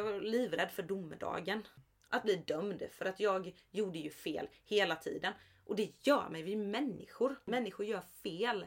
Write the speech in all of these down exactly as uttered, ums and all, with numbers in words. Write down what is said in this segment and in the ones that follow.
Jag var livrädd för domedagen. Att bli dömd. För att jag gjorde ju fel hela tiden. Och det gör mig, vi är människor. Människor gör fel.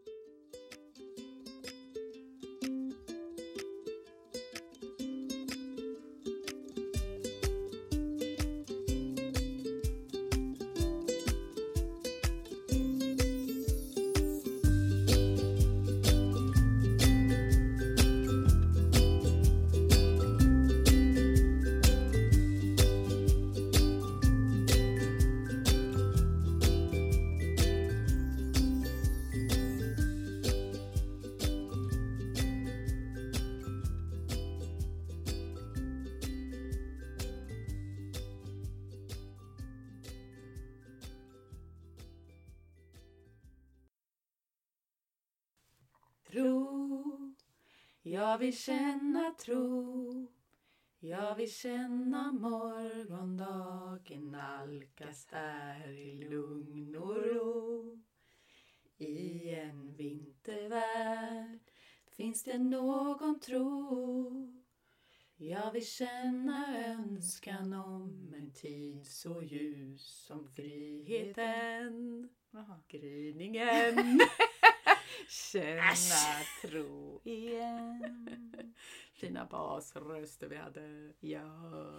Tro, jag vill känna tro. Jag vill känna morgondagen nalkas där i lugn och ro. I en vintervärld finns det någon tro. Jag vill känna önskan om en tid så ljus som friheten. Aha. Gryningen. Känna Asch. Tro igen. Fina basröster vi hade. Ja.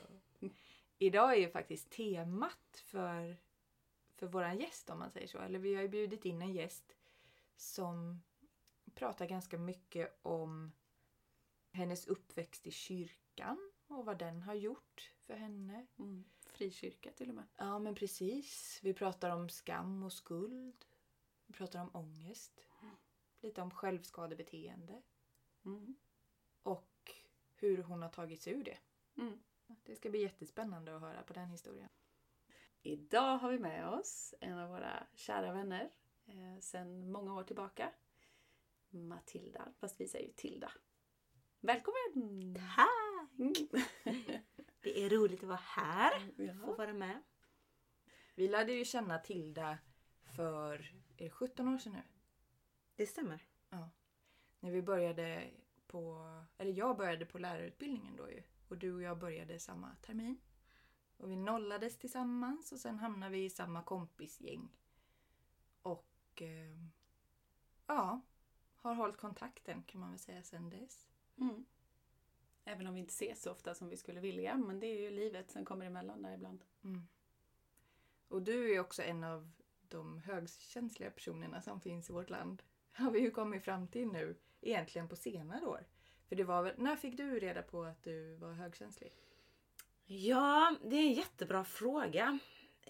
Idag är ju faktiskt temat för, för våran gäst, om man säger så. Eller vi har ju bjudit in en gäst som pratar ganska mycket om hennes uppväxt i kyrkan och vad den har gjort för henne. Mm. Frikyrka till och med. Ja, men precis. Vi pratar om skam och skuld. Vi pratar om ångest. Lite om självskadebeteende. Mm. Och hur hon har tagit sig ur det. Mm. Det ska bli jättespännande att höra på den historien. Idag har vi med oss en av våra kära vänner. Eh, sedan många år tillbaka. Matilda. Fast vi säger ju Tilda. Välkommen! Tack! Mm. Det är roligt att vara här. Ja. Få vara med. Vi lärde ju känna Tilda för är det sjutton år sedan nu. Det stämmer. Ja. När vi började på, eller jag började på lärarutbildningen då ju. Och du och jag började samma termin. Och vi nollades tillsammans och sen hamnade vi i samma kompisgäng. Och eh, ja, har hållit kontakten kan man väl säga sedan dess. Mm. Även om vi inte ses så ofta som vi skulle vilja. Men det är ju livet som kommer emellan där ibland. Mm. Och du är också en av de högkänsliga personerna som finns i vårt land. Har vi ju kommit fram till nu. Egentligen på senare år. För det var väl, när fick du reda på att du var högkänslig? Ja, det är en jättebra fråga.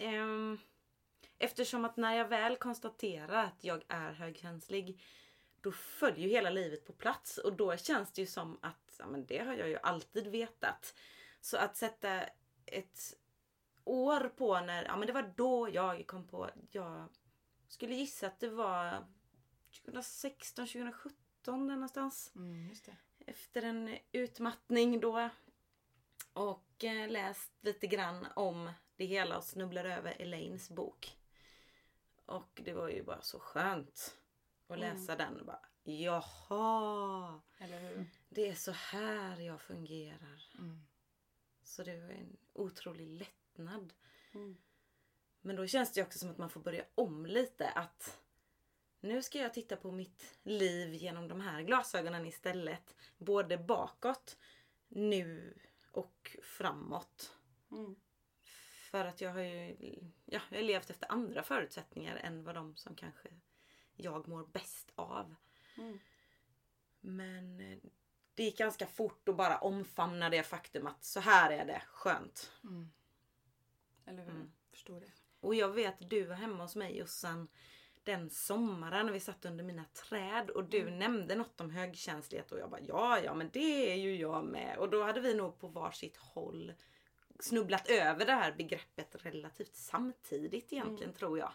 Eftersom att när jag väl konstaterar att jag är högkänslig, då följer ju hela livet på plats. Och då känns det ju som att, ja men det har jag ju alltid vetat. Så att sätta ett år på när, ja men det var då jag kom på, jag skulle gissa att det var tjugohundrasexton tjugosjutton där någonstans. Mm, just det. Efter en utmattning då. Och eh, läst lite grann om det hela och snubblar över Elaines bok. Och det var ju bara så skönt att läsa mm. den och bara, jaha, eller hur? Det är så här jag fungerar. Mm. Så det var en otrolig lättnad. Mm. Men då känns det också som att man får börja om lite. Att nu ska jag titta på mitt liv genom de här glasögonen istället. Både bakåt, nu och framåt. Mm. För att jag har ju ja, jag har levt efter andra förutsättningar än vad de som kanske jag mår bäst av. Mm. Men det gick ganska fort att bara omfamna det faktum att så här är det skönt. Mm. Eller hur? Mm. Förstår det. Och jag vet att du var hemma hos mig Jossan den sommaren när vi satt under mina träd och du mm. nämnde något om högkänslighet och jag bara ja ja men det är ju jag med. Och då hade vi nog på varsitt håll snubblat över det här begreppet relativt samtidigt egentligen mm. tror jag.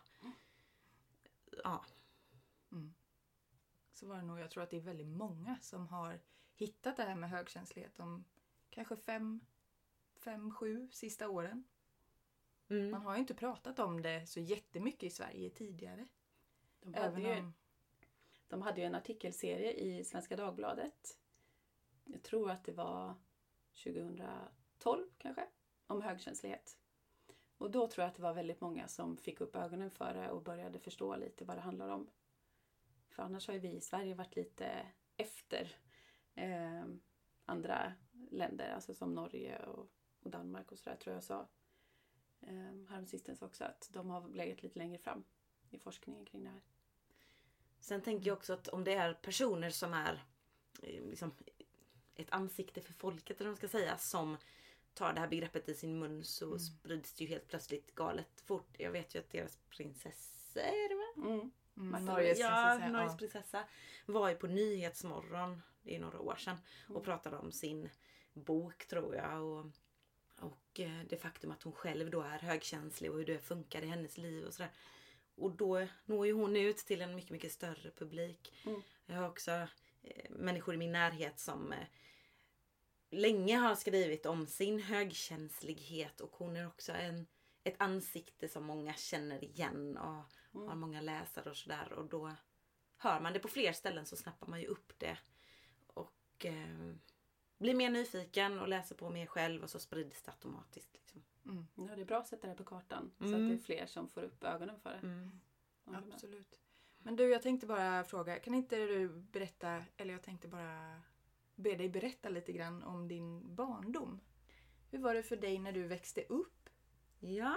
Ja. Mm. Så var det nog, jag tror att det är väldigt många som har hittat det här med högkänslighet om kanske fem, fem, sju sista åren. Mm. Man har ju inte pratat om det så jättemycket i Sverige tidigare. De hade, ju, om... de hade ju en artikelserie i Svenska Dagbladet. Jag tror att det var tjugotolv kanske, om högkänslighet. Och då tror jag att det var väldigt många som fick upp ögonen för det och började förstå lite vad det handlar om. För annars har ju vi i Sverige varit lite efter eh, andra länder, alltså som Norge och, och Danmark och sådär, tror jag sa eh, häromsistens också, att de har legat lite längre fram i forskningen kring det här. Sen tänker jag också att om det är personer som är eh, liksom ett ansikte för folket, eller vad man ska säga, som tar det här begreppet i sin mun, så mm. sprids det ju helt plötsligt galet fort. Jag vet ju att deras prinsessa, är det va? Mm. Mm, Norges ja, prinsessa, Norges ja. prinsessa var ju på Nyhetsmorgon, det är några år sedan, Mm. och pratade om sin bok, tror jag, och, och det faktum att hon själv då är högkänslig och hur det funkar i hennes liv och sådär. Och då når ju hon ut till en mycket, mycket större publik. Mm. Jag har också eh, människor i min närhet som eh, länge har skrivit om sin högkänslighet, och hon är också en, ett ansikte som många känner igen och Mm. har många läsare och sådär, och då hör man det på fler ställen, så snappar man ju upp det och eh, blir mer nyfiken och läser på mer själv, och så sprids det automatiskt liksom. Mm. Ja, det är bra att sätta det på kartan så Mm. att det är fler som får upp ögonen för det. Mm. Absolut. Men du, jag tänkte bara fråga, kan inte du berätta, eller jag tänkte bara be dig berätta lite grann om din barndom. Hur var det för dig när du växte upp? Ja.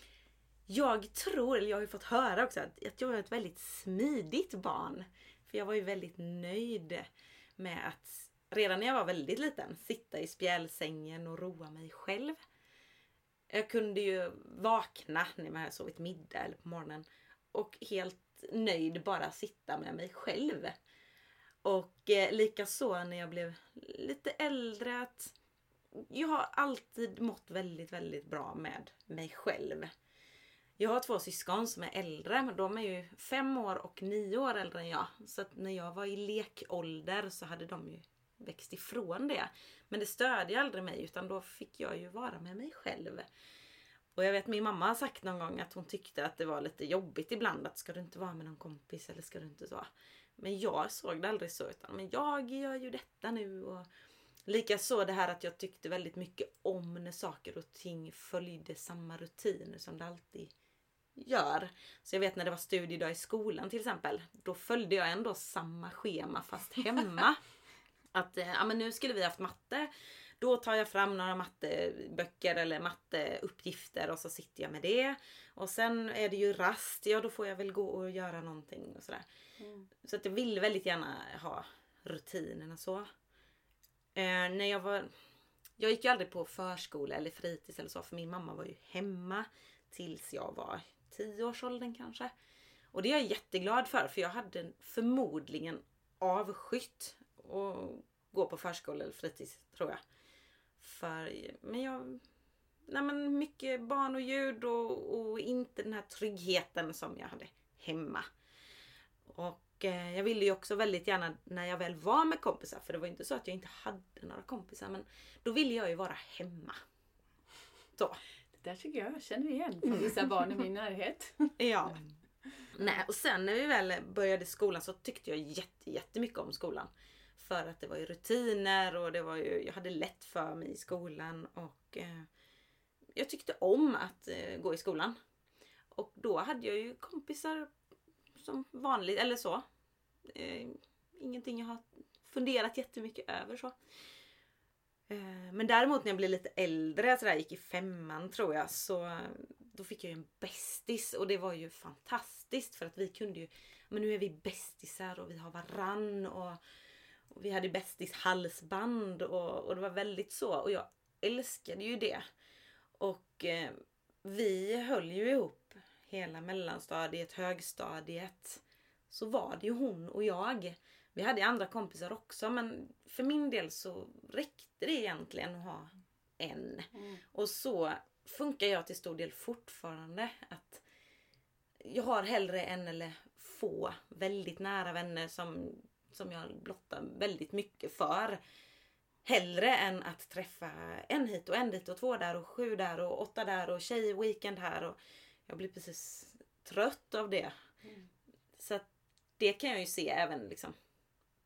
Jag tror, eller jag har ju fått höra också, att, att jag var ett väldigt smidigt barn. För jag var ju väldigt nöjd med att redan när jag var väldigt liten sitta i spjälsängen och roa mig själv. Jag kunde ju vakna när jag hade sovit middag eller på morgonen och helt nöjd bara sitta med mig själv. Och eh, lika så när jag blev lite äldre, att jag har alltid mått väldigt, väldigt bra med mig själv. Jag har två syskon som är äldre, men de är ju fem år och nio år äldre än jag. Så att när jag var i lekålder så hade de ju växt ifrån det. Men det störde ju aldrig mig, utan då fick jag ju vara med mig själv. Och jag vet min mamma har sagt någon gång att hon tyckte att det var lite jobbigt ibland, att ska du inte vara med någon kompis eller ska du inte så. Men jag såg det aldrig så, utan men jag gör ju detta nu. Och likaså det här att jag tyckte väldigt mycket om när saker och ting följde samma rutiner som det alltid gör. Så jag vet när det var studiedag i skolan till exempel, då följde jag ändå samma schema fast hemma. Att ja, men nu skulle vi haft matte. Då tar jag fram några matteböcker eller matteuppgifter och så sitter jag med det. Och sen är det ju rast. Ja, då får jag väl gå och göra någonting och sådär. Mm. Så att jag vill väldigt gärna ha rutinerna så. Eh, när jag var... Jag gick ju aldrig på förskola eller fritids eller så, för min mamma var ju hemma tills jag var tioårsåldern kanske. Och det är jag jätteglad för, för jag hade förmodligen avskytt att gå på förskola eller fritids, tror jag. För, men jag... Nej, men mycket barn och ljud och, och inte den här tryggheten som jag hade hemma. Och eh, jag ville ju också väldigt gärna när jag väl var med kompisar, för det var inte så att jag inte hade några kompisar, men då ville jag ju vara hemma. Så. Det där tycker jag jag känner igen från vissa barn i min närhet. Ja. Mm. Nej, och sen när vi väl började skolan så tyckte jag jätte, jättemycket om skolan. För att det var ju rutiner och det var ju, jag hade lätt för mig i skolan och eh, jag tyckte om att eh, gå i skolan. Och då hade jag ju kompisar som vanligt, eller så. Eh, ingenting jag har funderat jättemycket över så. Eh, men däremot när jag blev lite äldre, så där, gick i femman tror jag, så då fick jag ju en bästis och det var ju fantastiskt för att vi kunde ju, men nu är vi bästisar och vi har varann och, och vi hade bästis halsband och, och det var väldigt så och jag älskade ju det. Och eh, vi höll ju ihop hela mellanstadiet, högstadiet. Så var det ju hon och jag. Vi hade andra kompisar också, men för min del så räckte det egentligen att ha en. Mm. Och så funkar jag till stor del fortfarande. Att jag har hellre en eller få väldigt nära vänner som, som jag blottar väldigt mycket för. Hellre än att träffa en hit och en dit och två där och sju där och åtta där och tjej weekend här. Och jag blir precis trött av det. Mm. Så att det kan jag ju se även liksom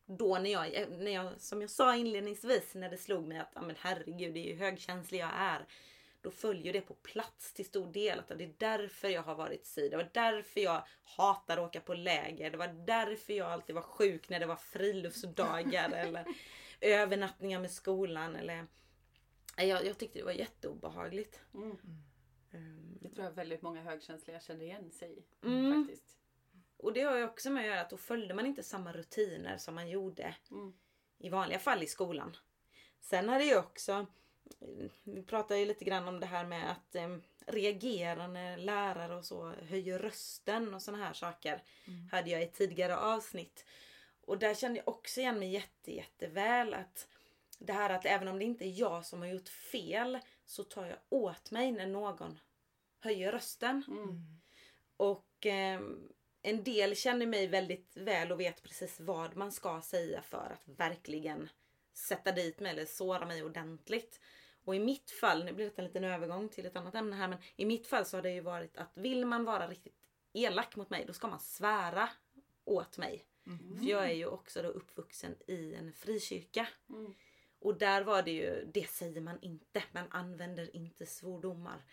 då när jag, när jag, som jag sa inledningsvis, när det slog mig att, ja men herregud, det är ju högkänslig jag är. Då följer det på plats till stor del. Att det är därför jag har varit si. Det var därför jag hatar att åka på läger. Det var därför jag alltid var sjuk när det var friluftsdagar. eller övernattningar med skolan. Eller... Jag, jag tyckte det var jätteobehagligt. Mm. Mm. Det tror jag väldigt många högkänsliga känner igen sig i. Mm. Faktiskt. Och det har ju också med att göra att då följde man inte samma rutiner som man gjorde Mm. i vanliga fall i skolan. Sen har det ju också, vi pratade ju lite grann om det här med att eh, reagera när lärare och så höjer rösten och såna här saker. Mm. Hade jag i tidigare avsnitt. Och där kände jag också igen mig jätte, jätteväl att det här att även om det inte är jag som har gjort fel så tar jag åt mig när någon höjer rösten. Mm. Och eh, en del känner mig väldigt väl och vet precis vad man ska säga för att verkligen sätta dit mig eller såra mig ordentligt. Och i mitt fall, nu blir det en liten övergång till ett annat ämne här, men i mitt fall så har det ju varit att vill man vara riktigt elak mot mig, då ska man svära åt mig. Mm. För jag är ju också då uppvuxen i en frikyrka. Mm. Och där var det ju, det säger man inte, man använder inte svordomar.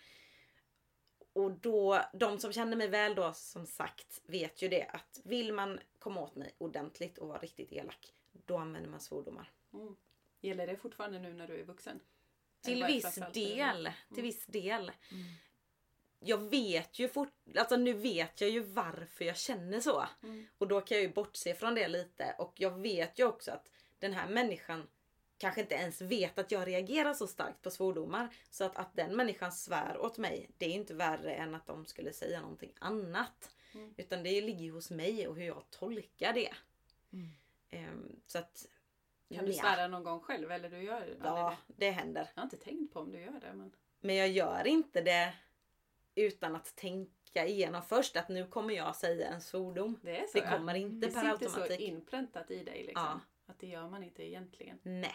Och då, de som känner mig väl då som sagt vet ju det att vill man komma åt mig ordentligt och vara riktigt elak, då använder man svordomar. Mm. Gäller det fortfarande nu när du är vuxen? Till viss del, mm. till viss del. Mm. Jag vet ju fort, alltså nu vet jag ju varför jag känner så. Mm. Och då kan jag ju bortse från det lite. Och jag vet ju också att den här människan kanske inte ens vet att jag reagerar så starkt på svordomar. Så att, att den människan svär åt mig, det är inte värre än att de skulle säga någonting annat. Mm. Utan det ligger ju hos mig och hur jag tolkar det. Mm. Um, så att... Kan du svära någon gång själv eller du gör det? Ja, det händer. Jag har inte tänkt på om du gör det. Men, men jag gör inte det utan att tänka igenom först att nu kommer jag säga en svordom. Det är så, det kommer ja. inte det per automatik. Det sitter så inpräntat i dig liksom. Ja. Att det gör man inte egentligen. Nej.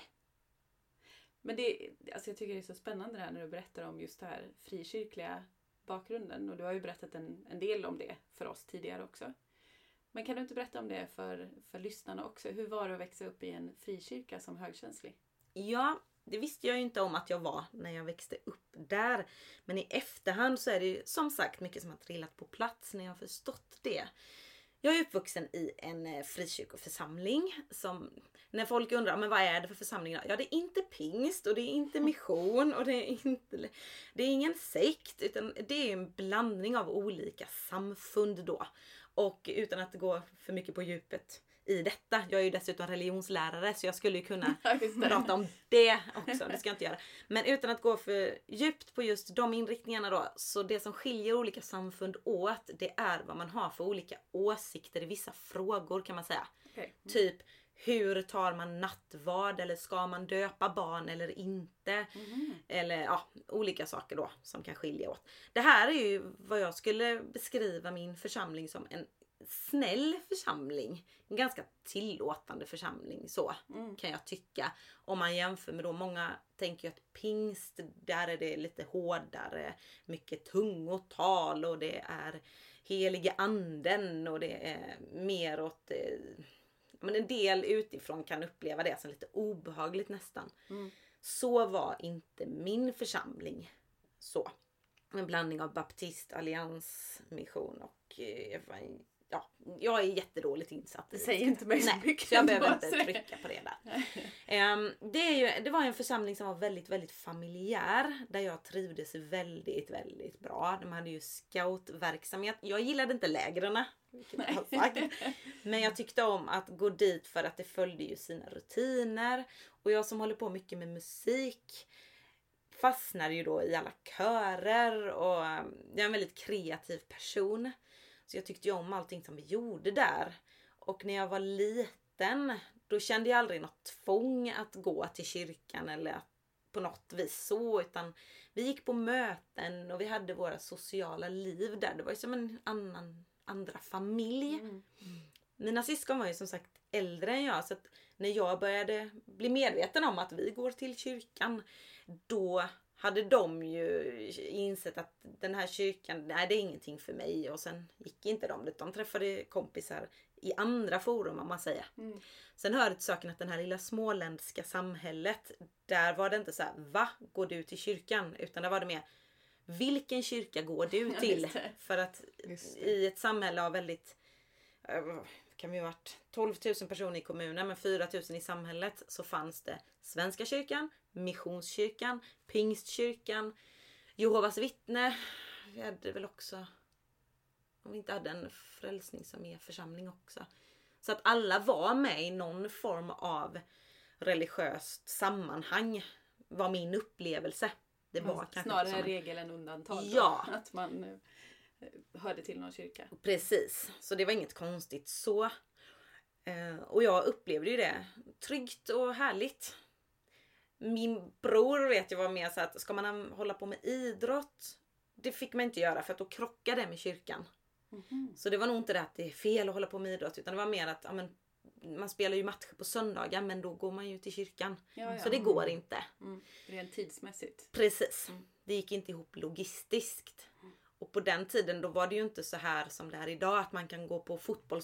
Men det, alltså jag tycker det är så spännande det här när du berättar om just det här frikyrkliga bakgrunden. Och du har ju berättat en, en del om det för oss tidigare också. Men kan du inte berätta om det för, för lyssnarna också? Hur var det att växa upp i en frikyrka som högkänslig? Ja, det visste jag ju inte om att jag var när jag växte upp där. Men i efterhand så är det ju som sagt mycket som har trillat på plats när jag har förstått det. Jag är uppvuxen i en frikyrkoförsamling som, när folk undrar, men vad är det för församling? Ja, det är inte pingst och det är inte mission och det är inte, det är ingen sekt, utan det är en blandning av olika samfund då. Och utan att gå för mycket på djupet i detta. Jag är ju dessutom religionslärare så jag skulle ju kunna prata om det också. Det ska jag inte göra. Men utan att gå för djupt på just de inriktningarna då. Så det som skiljer olika samfund åt, det är vad man har för olika åsikter i vissa frågor kan man säga. Okay. Mm. Typ, hur tar man nattvard? Eller ska man döpa barn eller inte? Mm. Eller ja, olika saker då som kan skilja åt. Det här är ju vad jag skulle beskriva min församling som en snäll församling. En ganska tillåtande församling så mm. kan jag tycka. Om man jämför med då många tänker att pingst, där är det lite hårdare. Mycket tungotal och det är heliga anden och det är mer åt... Men en del utifrån kan uppleva det som lite obehagligt nästan. Mm. Så var inte min församling så. En blandning av baptist, alliansmission och ja, jag är jättedåligt insatt. Det säger inte mig så Nej, mycket. Så jag behöver inte trycka på det där. um, det, är ju, det var en församling som var väldigt, väldigt familjär. Där jag trivdes väldigt, väldigt bra. De hade ju scoutverksamhet. Jag gillade inte lägrarna. Vilket jag har sagt. Men jag tyckte om att gå dit för att det följde ju sina rutiner. Och jag som håller på mycket med musik fastnar ju då i alla körer. Och jag är en väldigt kreativ person. Så jag tyckte ju om allting som vi gjorde där. Och när jag var liten, då kände jag aldrig något tvång att gå till kyrkan eller att på något vis så. Utan vi gick på möten och vi hade våra sociala liv där. Det var ju som en annan, andra familj. Mm. Mm. Mina syskon var ju som sagt äldre än jag. Så att när jag började bli medveten om att vi går till kyrkan, då hade de ju insett att den här kyrkan, nej det är ingenting för mig. Och sen gick inte de dit. De träffade kompisar i andra forum om man säger. Mm. Sen hör det till saken att den här lilla småländska samhället, där var det inte så här, va? Går du till kyrkan? Utan där var det mer, vilken kyrka går du Ja, till? just det. För att Just det. i ett samhälle av väldigt, eh, kan vi ha varit tolv tusen personer i kommunen men fyra tusen i samhället, så fanns det Svenska kyrkan, Missionskyrkan, Pingstkyrkan, Jehovas vittne. Vi hade väl också, om vi inte hade en frälsningsarméförsamling också. Så att alla var med i någon form av religiöst sammanhang, var min upplevelse. Det var kanske Snarare inte som en- regel än undantag. då, Ja. Att man eh, hörde till någon kyrka. Precis, så det var inget konstigt så. Eh, och jag upplevde ju det tryggt och härligt. Min bror vet jag var mer så att ska man hålla på med idrott, det fick man inte göra för att då krockade det med kyrkan. Mhm. Så det var nog inte det att det är fel att hålla på med idrott, utan det var mer att ja, men, man spelar ju matcher på söndagar men då går man ju till kyrkan. Ja, ja. Så det går inte. Mm. Rent tidsmässigt. Precis. Mm. Det gick inte ihop logistiskt. Och på den tiden då var det ju inte så här som det är idag, att man kan gå på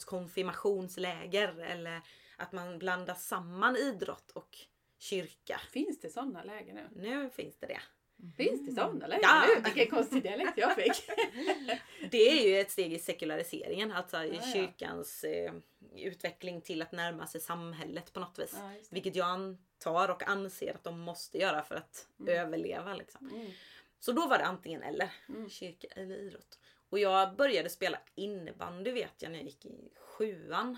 fotbollskonfirmationsläger eller att man blandar samman idrott och kyrka. Finns det sådana lägen nu? Nu finns det det. Finns det sådana lägen Ja. nu? Vilken konstig dialekt jag fick. Det är ju ett steg i sekulariseringen, alltså i Ja, ja. kyrkans eh, utveckling till att närma sig samhället på något vis. Ja, just det. Vilket jag antar och anser att de måste göra för att Mm. överleva liksom. Mm. Så då var det antingen eller. Mm. Kyrka eller idrott. Och jag började spela innebandy vet jag när jag gick i sjuan.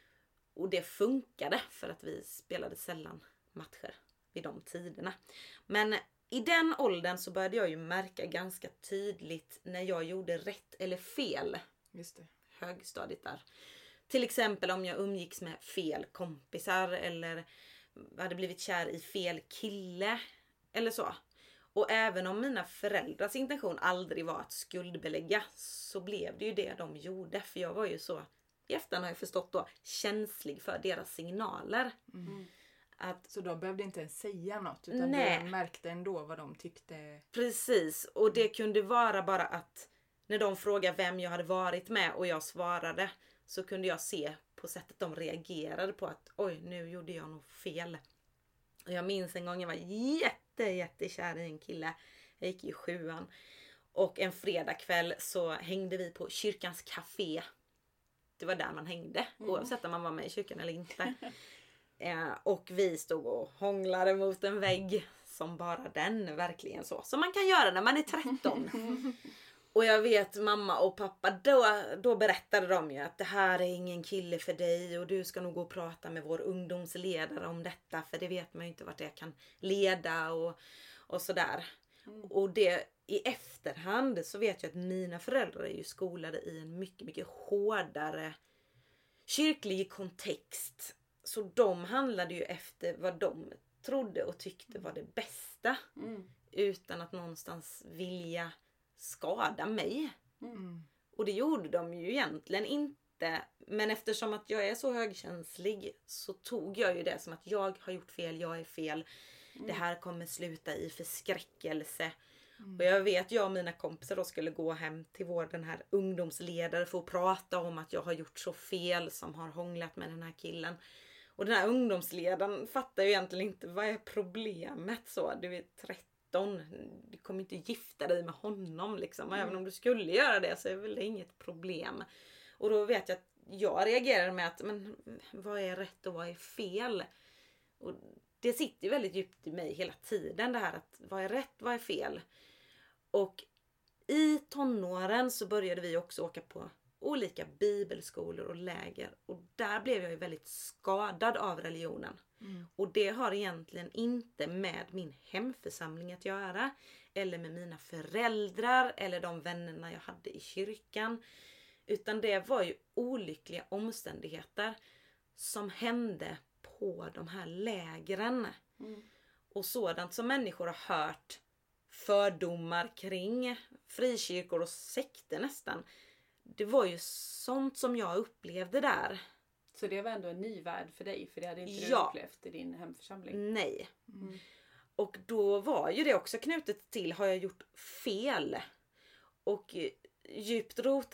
Och det funkade för att vi spelade sällan matcher vid de tiderna. Men i den åldern så började jag ju märka ganska tydligt när jag gjorde rätt eller fel. Just det. Högstadiet där. Till exempel om jag umgicks med fel kompisar eller hade blivit kär i fel kille eller så. Och även om mina föräldrars intention aldrig var att skuldbelägga, så blev det ju det de gjorde. För jag var ju så, i efterhand har jag förstått då, känslig för deras signaler. Mm. Att Så de behövde inte ens säga något utan Nej. du märkte ändå vad de tyckte. precis, och det kunde vara bara att när de frågade vem jag hade varit med och jag svarade, så kunde jag se på sättet de reagerade på att oj, nu gjorde jag nog fel. Och jag minns en gång jag var jätte, jättekär i en kille. Jag gick i sjuan. Och en fredagkväll så hängde vi på kyrkans café. Det var där man hängde. Mm. Oavsett om man var med i kyrkan eller inte. eh, och vi stod och hånglade mot en vägg. Som bara den, verkligen så. Som man kan göra när man är tretton. Och jag vet mamma och pappa, då, då berättade de ju att det här är ingen kille för dig. Och du ska nog gå och prata med vår ungdomsledare om detta. För det vet man ju inte vart det kan leda och, och sådär. Mm. Och det i efterhand så vet jag att mina föräldrar är ju skolade i en mycket, mycket hårdare kyrklig kontext. Så de handlade ju efter vad de trodde och tyckte var det bästa. Mm. Utan att någonstans vilja skada mig. Mm. Och det gjorde de ju egentligen inte. Men eftersom att jag är så högkänslig så tog jag ju det som att jag har gjort fel, jag är fel. Mm. Det här kommer sluta i förskräckelse. Mm. Och jag vet jag och mina kompisar då skulle gå hem till vår den här ungdomsledare för att prata om att jag har gjort så fel som har hånglat med den här killen. Och den här ungdomsledaren fattar ju egentligen inte vad är problemet så. Du är tretton, du kommer inte gifta dig med honom liksom. Och Mm. även om du skulle göra det så är väl det inget problem. Och då vet jag att jag reagerar med att men vad är rätt och vad är fel? Och det sitter ju väldigt djupt i mig hela tiden det här att vad är rätt, vad är fel? Och i tonåren så började vi också åka på olika bibelskolor och läger. Och där blev jag ju väldigt skadad av religionen. Mm. Och det har egentligen inte med min hemförsamling att göra. Eller med mina föräldrar eller de vännerna jag hade i kyrkan. Utan det var ju olyckliga omständigheter som hände på de här lägren. Mm. Och sådant som människor har hört fördomar kring frikyrkor och sekter nästan. Det var ju sånt som jag upplevde där. Så det var ändå en ny värld för dig, för det hade inte Ja. du upplevt i din hemförsamling. Nej. Mm. Och då var ju det också knutet till, har jag gjort fel? Och djupt rotat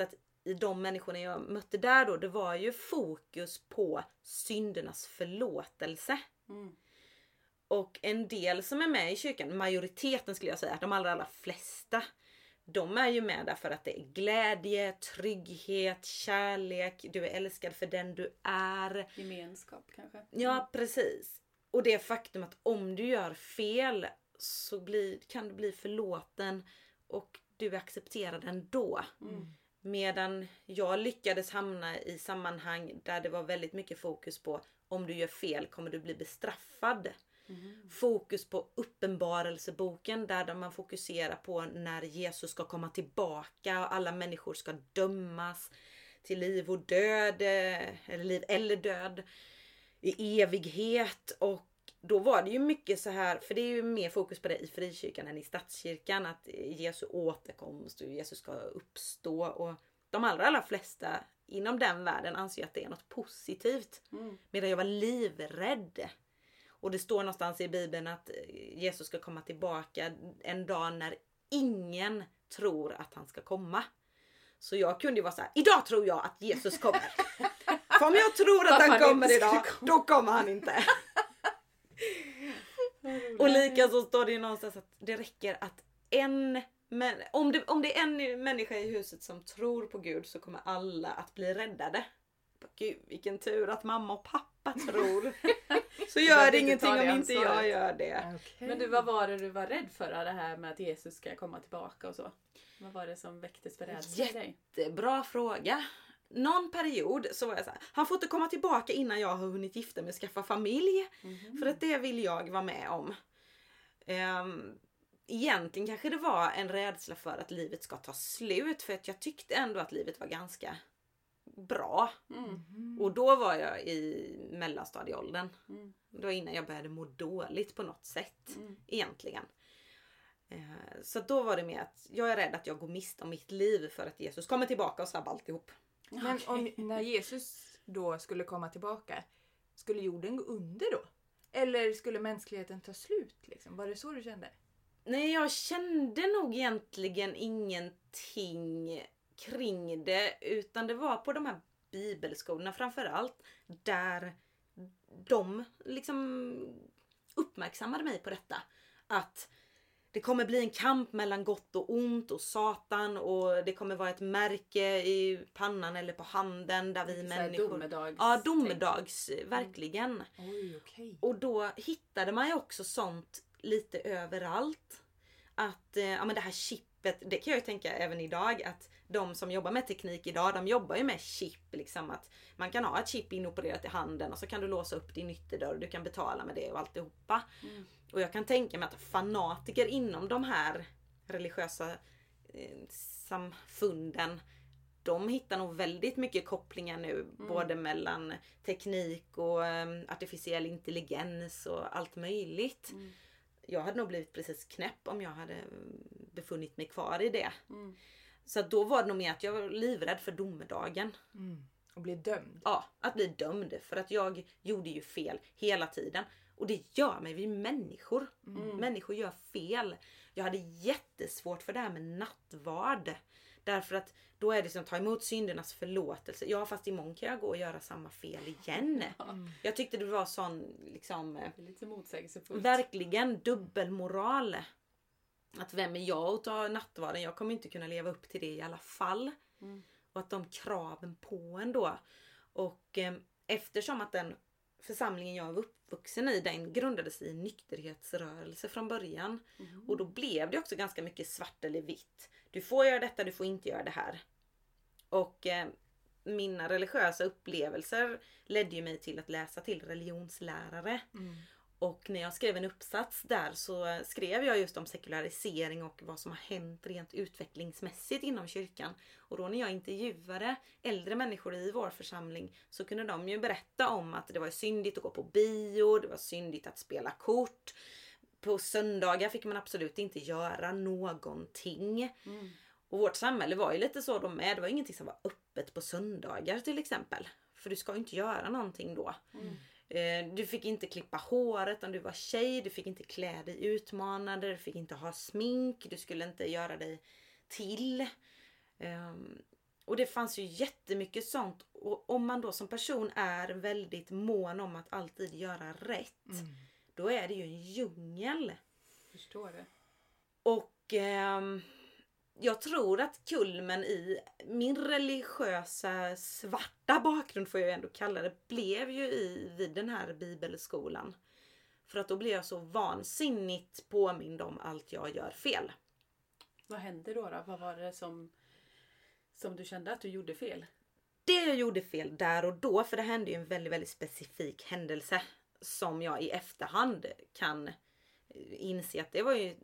i de människorna jag mötte där då, det var ju fokus på syndernas förlåtelse. Mm. Och en del som är med i kyrkan, majoriteten skulle jag säga, de allra, allra flesta, de är ju med där för att det är glädje, trygghet, kärlek, du är älskad för den du är. Gemenskap kanske. Ja, precis. Och det faktum att om du gör fel så blir, kan du bli förlåten och du accepterar den då. Mm. Medan jag lyckades hamna i sammanhang där det var väldigt mycket fokus på om du gör fel kommer du bli bestraffad. Mm. Fokus på uppenbarelseboken där man fokuserar på när Jesus ska komma tillbaka och alla människor ska dömas till liv och död, eller liv eller död i evighet. Och då var det ju mycket så här, för det är ju mer fokus på det i frikyrkan än i statskyrkan, att Jesu återkomst och Jesus ska uppstå, och de allra, allra flesta inom den världen anser att det är något positivt. Mm. Medan jag var livrädd. Och det står någonstans i Bibeln att Jesus ska komma tillbaka en dag när ingen tror att han ska komma. Så jag kunde ju vara så här: idag tror jag att Jesus kommer. För om jag tror att han kommer idag, då kommer han inte. Och lika så står det ju någonstans att det räcker att en, men om det, om det är en människa i huset som tror på Gud så kommer alla att bli räddade. Gud, vilken tur att mamma och pappa tror. Så gör det ingenting om inte jag gör det. Okay. Men du, vad var det du var rädd för? Det här med att Jesus ska komma tillbaka och så. Vad var det som väcktes för rädsla i dig? Jättebra fråga. Någon period så var jag så här: han får inte komma tillbaka innan jag har hunnit gifta mig och skaffa familj. Mm-hmm. För att det vill jag vara med om. Um, egentligen kanske det var en rädsla för att livet ska ta slut. För att jag tyckte ändå att livet var ganska bra. Mm. Och då var jag i mellanstadieåldern. Mm. Då innan jag började må dåligt på något sätt. Mm. Egentligen. Uh, så då var det med att jag är rädd att jag går miste om mitt liv för att Jesus kommer tillbaka och sabbar alltihop. Men okay. om, när Jesus då skulle komma tillbaka, skulle jorden gå under då? Eller skulle mänskligheten ta slut? Liksom? Var det så du kände? Nej, jag kände nog egentligen ingenting kring det. Utan det var på de här bibelskolorna framförallt. Där de liksom uppmärksammade mig på detta. Att det kommer bli en kamp mellan gott och ont och Satan, och det kommer vara ett märke i pannan eller på handen där vi människor... Domedags. Ja, domedags, verkligen. Mm. Oj, okay. Och då hittade man ju också sånt lite överallt. Att ja, men det här chippet, det kan jag ju tänka även idag, att de som jobbar med teknik idag, de jobbar ju med chip. Liksom att man kan ha ett chip inopererat i handen och så kan du låsa upp din ytterdörr och du kan betala med det och alltihopa. Mm. Och jag kan tänka mig att fanatiker inom de här religiösa eh, samfunden, de hittar nog väldigt mycket kopplingar nu. Mm. Både mellan teknik och eh, artificiell intelligens och allt möjligt. Mm. Jag hade nog blivit precis knäpp om jag hade befunnit mig kvar i det. Mm. Så då var det nog mer att jag var livrädd för domedagen. Mm. Och bli dömd. Ja, att bli dömd. För att jag gjorde ju fel hela tiden. Och det gör mig, vi är människor. Mm. Människor gör fel. Jag hade jättesvårt för det här med nattvard. Därför att då är det som att ta emot syndernas förlåtelse. Ja, fast imorgon kan jag gå och göra samma fel igen. Mm. Jag tyckte det var sån liksom... Det är lite motsägelsefullt. Verkligen dubbelmoral. Att vem är jag att ta nattvarden? Jag kommer inte kunna leva upp till det i alla fall. Mm. Och att de kraven på en då. Och eh, eftersom att den församlingen jag var uppvuxen i, den grundades i en nykterhetsrörelse från början. Mm. Och då blev det också ganska mycket svart eller vitt. Du får göra detta, du får inte göra det här. Och eh, mina religiösa upplevelser ledde ju mig till att läsa till religionslärare. Mm. Och när jag skrev en uppsats där så skrev jag just om sekularisering och vad som har hänt rent utvecklingsmässigt inom kyrkan. Och då när jag intervjuade äldre människor i vår församling så kunde de ju berätta om att det var syndigt att gå på bio, det var syndigt att spela kort. På söndagar fick man absolut inte göra någonting. Mm. Och vårt samhälle var ju lite så då med. Det var ingenting som var öppet på söndagar till exempel. För du ska ju inte göra någonting då. Mm. Du fick inte klippa håret om du var tjej. Du fick inte klä dig utmanande. Du fick inte ha smink. Du skulle inte göra dig till. Och det fanns ju jättemycket sånt. Och om man då som person är väldigt mån om att alltid göra rätt. Mm. Då är det ju en djungel. Förstår det. Och eh, jag tror att kulmen i min religiösa svarta bakgrund, får jag ändå kalla det, blev ju i vid den här bibelskolan. För att då blev jag så vansinnigt påmind om allt jag gör fel. Vad hände då då? Vad var det som, som du kände att du gjorde fel? Det jag gjorde fel där och då, för det hände ju en väldigt, väldigt specifik händelse som jag i efterhand kan inse att det var ju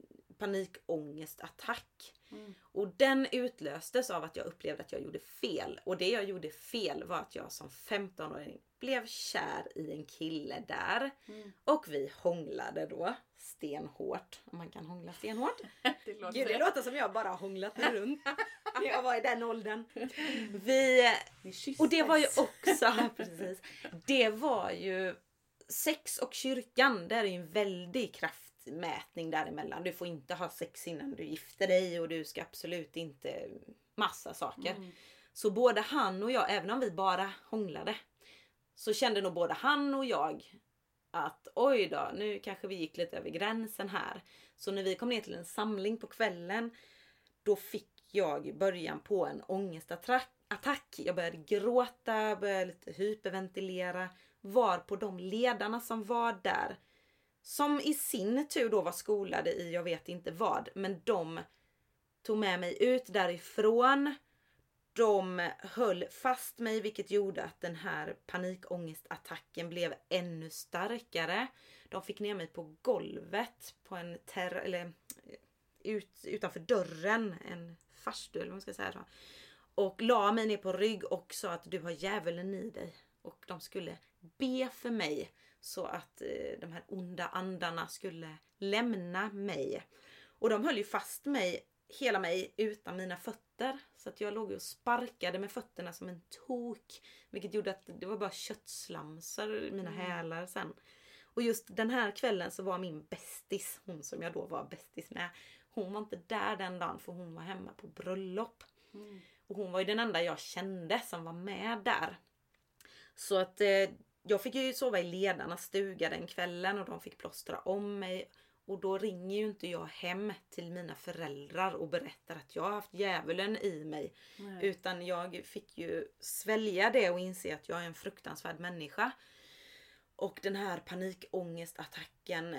panikångestattack. Mm. Och den utlöstes av att jag upplevde att jag gjorde fel. Och det jag gjorde fel var att jag som femtonåring blev kär i en kille där. Mm. Och vi hånglade då stenhårt. Om man kan hångla stenhårt. Det låter, Gud, det låter som jag bara hånglat runt. När jag var i den åldern. Vi, och det var ju också, precis. Det var ju sex och kyrkan. Det är ju en väldig kraftmätning däremellan. Du får inte ha sex innan du gifter dig. Och du ska absolut inte massa saker. Mm. Så både han och jag, även om vi bara hånglade, så kände nog både han och jag att oj då, nu kanske vi gick lite över gränsen här. Så när vi kom ner till en samling på kvällen, då fick jag början på en ångestattack. Jag började gråta, började lite hyperventilera. Var på de ledarna som var där, som i sin tur då var skolade i jag vet inte vad, men de tog med mig ut därifrån. De höll fast mig, vilket gjorde att den här panikångestattacken blev ännu starkare. De fick ner mig på golvet på en ter- eller ut, utanför dörren, en farstu eller vad man ska säga så. Och la mig ner på rygg och sa att du har djävulen i dig. Och de skulle be för mig så att eh, de här onda andarna skulle lämna mig. Och de höll ju fast mig, hela mig utan mina fötter. Så att jag låg och sparkade med fötterna som en tok. Vilket gjorde att det var bara köttslamsar i mina mm. hälar sen. Och just den här kvällen så var min bästis, hon som jag då var bästis med, hon var inte där den dagen för hon var hemma på bröllop. Mm. Och hon var ju den enda jag kände som var med där. Så att eh, jag fick ju sova i ledarnas stuga den kvällen och de fick plåstra om mig. Och då ringer ju inte jag hem till mina föräldrar och berättar att jag har haft djävulen i mig. Nej. Utan jag fick ju svälja det och inse att jag är en fruktansvärd människa. Och den här panikångestattacken,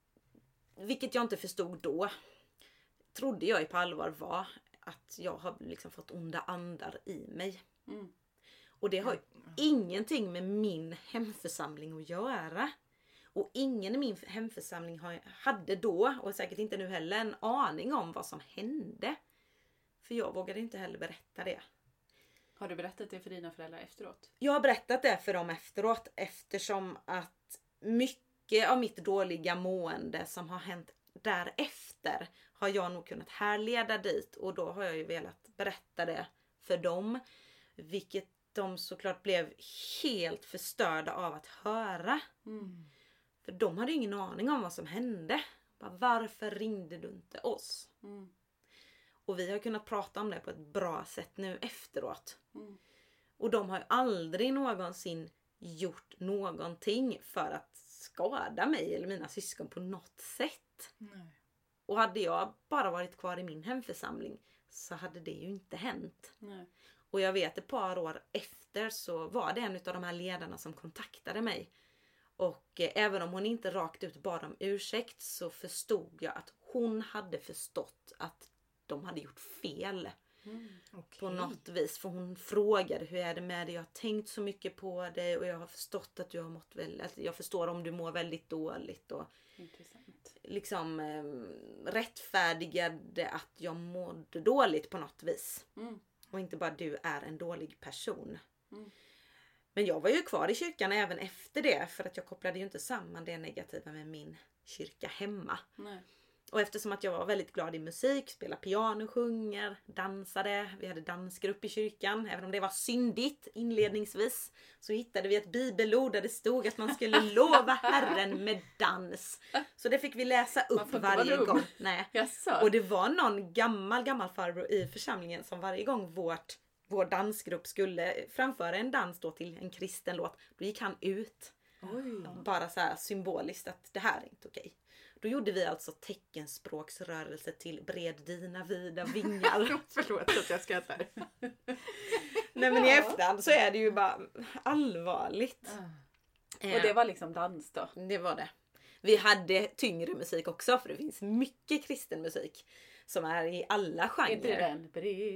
vilket jag inte förstod då, trodde jag på allvar var att jag har liksom fått onda andar i mig. Mm. Och det har ju mm. ingenting med min hemförsamling att göra. Och ingen i min hemförsamling hade då, och säkert inte nu heller, en aning om vad som hände. För jag vågade inte heller berätta det. Har du berättat det för dina föräldrar efteråt? Jag har berättat det för dem efteråt, eftersom att mycket av mitt dåliga mående som har hänt därefter har jag nog kunnat härleda dit. Och då har jag ju velat berätta det för dem. Vilket de såklart blev helt förstörda av att höra. Mm. För de hade ingen aning om vad som hände. Bara, varför ringde du inte oss? Mm. Och vi har kunnat prata om det på ett bra sätt nu efteråt. Mm. Och de har ju aldrig någonsin gjort någonting för att skada mig eller mina syskon på något sätt. Nej. Och hade jag bara varit kvar i min hemförsamling så hade det ju inte hänt. Nej. Och jag vet ett par år efter så var det en av de här ledarna som kontaktade mig. Och eh, även om hon inte rakt ut bad om ursäkt så förstod jag att hon hade förstått att de hade gjort fel. Mm, okay. På något vis. För hon frågade, hur är det med dig? Jag har tänkt så mycket på dig och jag har förstått att du har mått väldigt... Alltså jag förstår om du mår väldigt dåligt. Och intressant. Liksom eh, rättfärdigade att jag mådde dåligt på något vis. Mm. Och inte bara du är en dålig person. Mm. Men jag var ju kvar i kyrkan även efter det. För att jag kopplade ju inte samman det negativa med min kyrka hemma. Nej. Och eftersom att jag var väldigt glad i musik, spelade piano, sjunger, dansade. Vi hade dansgrupp i kyrkan. Även om det var syndigt inledningsvis. Så hittade vi ett bibelord där det stod att man skulle lova Herren med dans. Så det fick vi läsa upp varje gång. Nej. Och det var någon gammal, gammal farbror i församlingen som varje gång vårt vår dansgrupp skulle framföra en dans då till en kristen låt, då gick han ut. Oj. Bara så här symboliskt att det här är inte okej. Då gjorde vi alltså teckenspråksrörelse till bred dina vida vingar. Förlåt att jag skrattar. Nej men i efterhand så är det ju bara allvarligt. Och det var liksom dans då? Det var det. Vi hade tyngre musik också, för det finns mycket kristen musik som är i alla genrer. Är det den?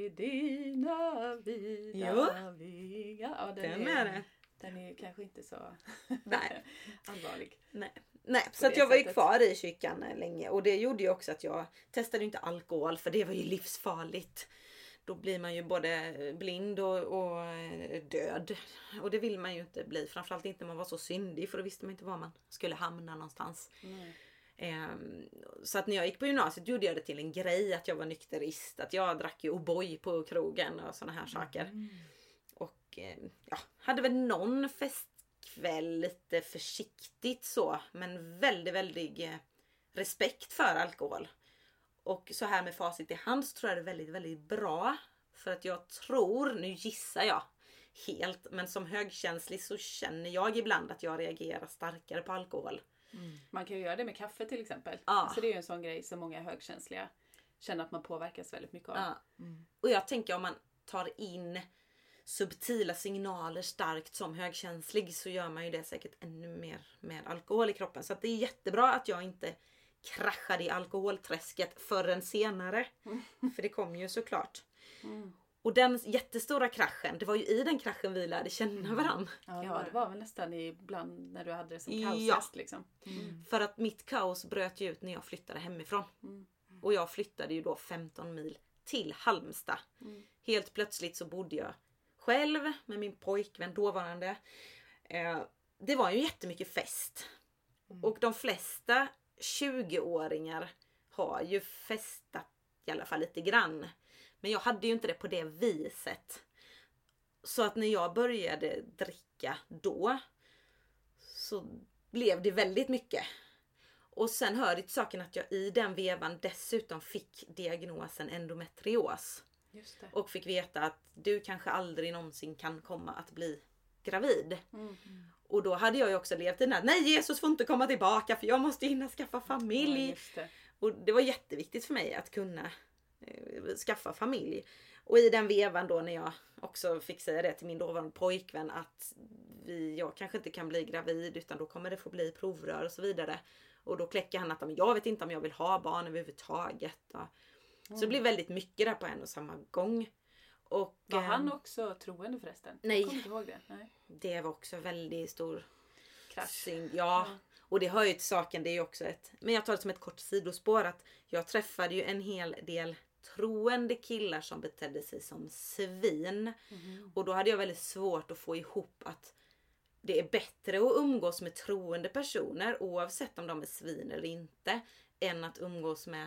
Bredina vida vingar. Ja, den, den är, är det. Den är kanske inte så Nej. allvarlig. Nej, Nej så att jag var ju kvar i kyrkan länge. Och det gjorde ju också att jag testade inte alkohol, för det var ju livsfarligt. Då blir man ju både blind och, och död. Och det vill man ju inte bli. Framförallt inte när man var så syndig. För då visste man inte var man skulle hamna någonstans. Mm. Um, så att när jag gick på gymnasiet gjorde jag det till en grej att jag var nykterist. Att jag drack ju O'boy på krogen och såna här saker. Mm. Och um, ja, hade väl någon festkväll lite försiktigt så. Men väldigt, väldigt uh, respekt för alkohol. Och så här med facit i hand så tror jag det är väldigt, väldigt bra. För att jag tror, nu gissar jag helt, men som högkänslig så känner jag ibland att jag reagerar starkare på alkohol. Mm. Man kan ju göra det med kaffe till exempel. Ja. Alltså det är ju en sån grej som många högkänsliga känner att man påverkas väldigt mycket av. Ja. Mm. Och jag tänker om man tar in subtila signaler starkt som högkänslig så gör man ju det säkert ännu mer med alkohol i kroppen. Så att det är jättebra att jag inte kraschade i alkoholträsket förrän senare. Mm. För det kom ju såklart. Mm. Och den jättestora kraschen, det var ju i den kraschen vi lärde känna varandra. Ja, det var väl nästan ibland när du hade det som kaosgäst. Ja. Liksom. Mm. För att mitt kaos bröt ju ut när jag flyttade hemifrån. Mm. Och jag flyttade ju då femton mil till Halmstad. Mm. Helt plötsligt så bodde jag själv med min pojkvän, dåvarande. Eh, det var ju jättemycket fest. Mm. Och de flesta tjugoåringar har ju festat i alla fall lite grann. Men jag hade ju inte det på det viset. Så att när jag började dricka då så blev det väldigt mycket. Och sen hör det till saken att jag i den vevan dessutom fick diagnosen endometrios. Just det. Och fick veta att du kanske aldrig någonsin kan komma att bli gravid. Mm. Mm. Och då hade jag ju också levt i den här, nej Jesus får inte komma tillbaka för jag måste hinna skaffa familj. Ja, just det. Och det var jätteviktigt för mig att kunna eh, skaffa familj. Och i den vevan då när jag också fick säga det till min dåvarande pojkvän att vi, jag kanske inte kan bli gravid utan då kommer det få bli provrör och så vidare. Och då kläcker han att jag vet inte om jag vill ha barn överhuvudtaget. Och, mm. Så det blev väldigt mycket där på en och samma gång. Och, var han också troende förresten? Nej. Jag kommer inte ihåg det. Nej. Det var också väldigt stor krasch. Synd. Ja. ja. Och det hör ju till saken. Det är ju också ett. Men jag tar det som ett kort sidospår. Att jag träffade ju en hel del troende killar som betedde sig som svin. Mm. Och då hade jag väldigt svårt att få ihop att det är bättre att umgås med troende personer oavsett om de är svin eller inte. Än att umgås med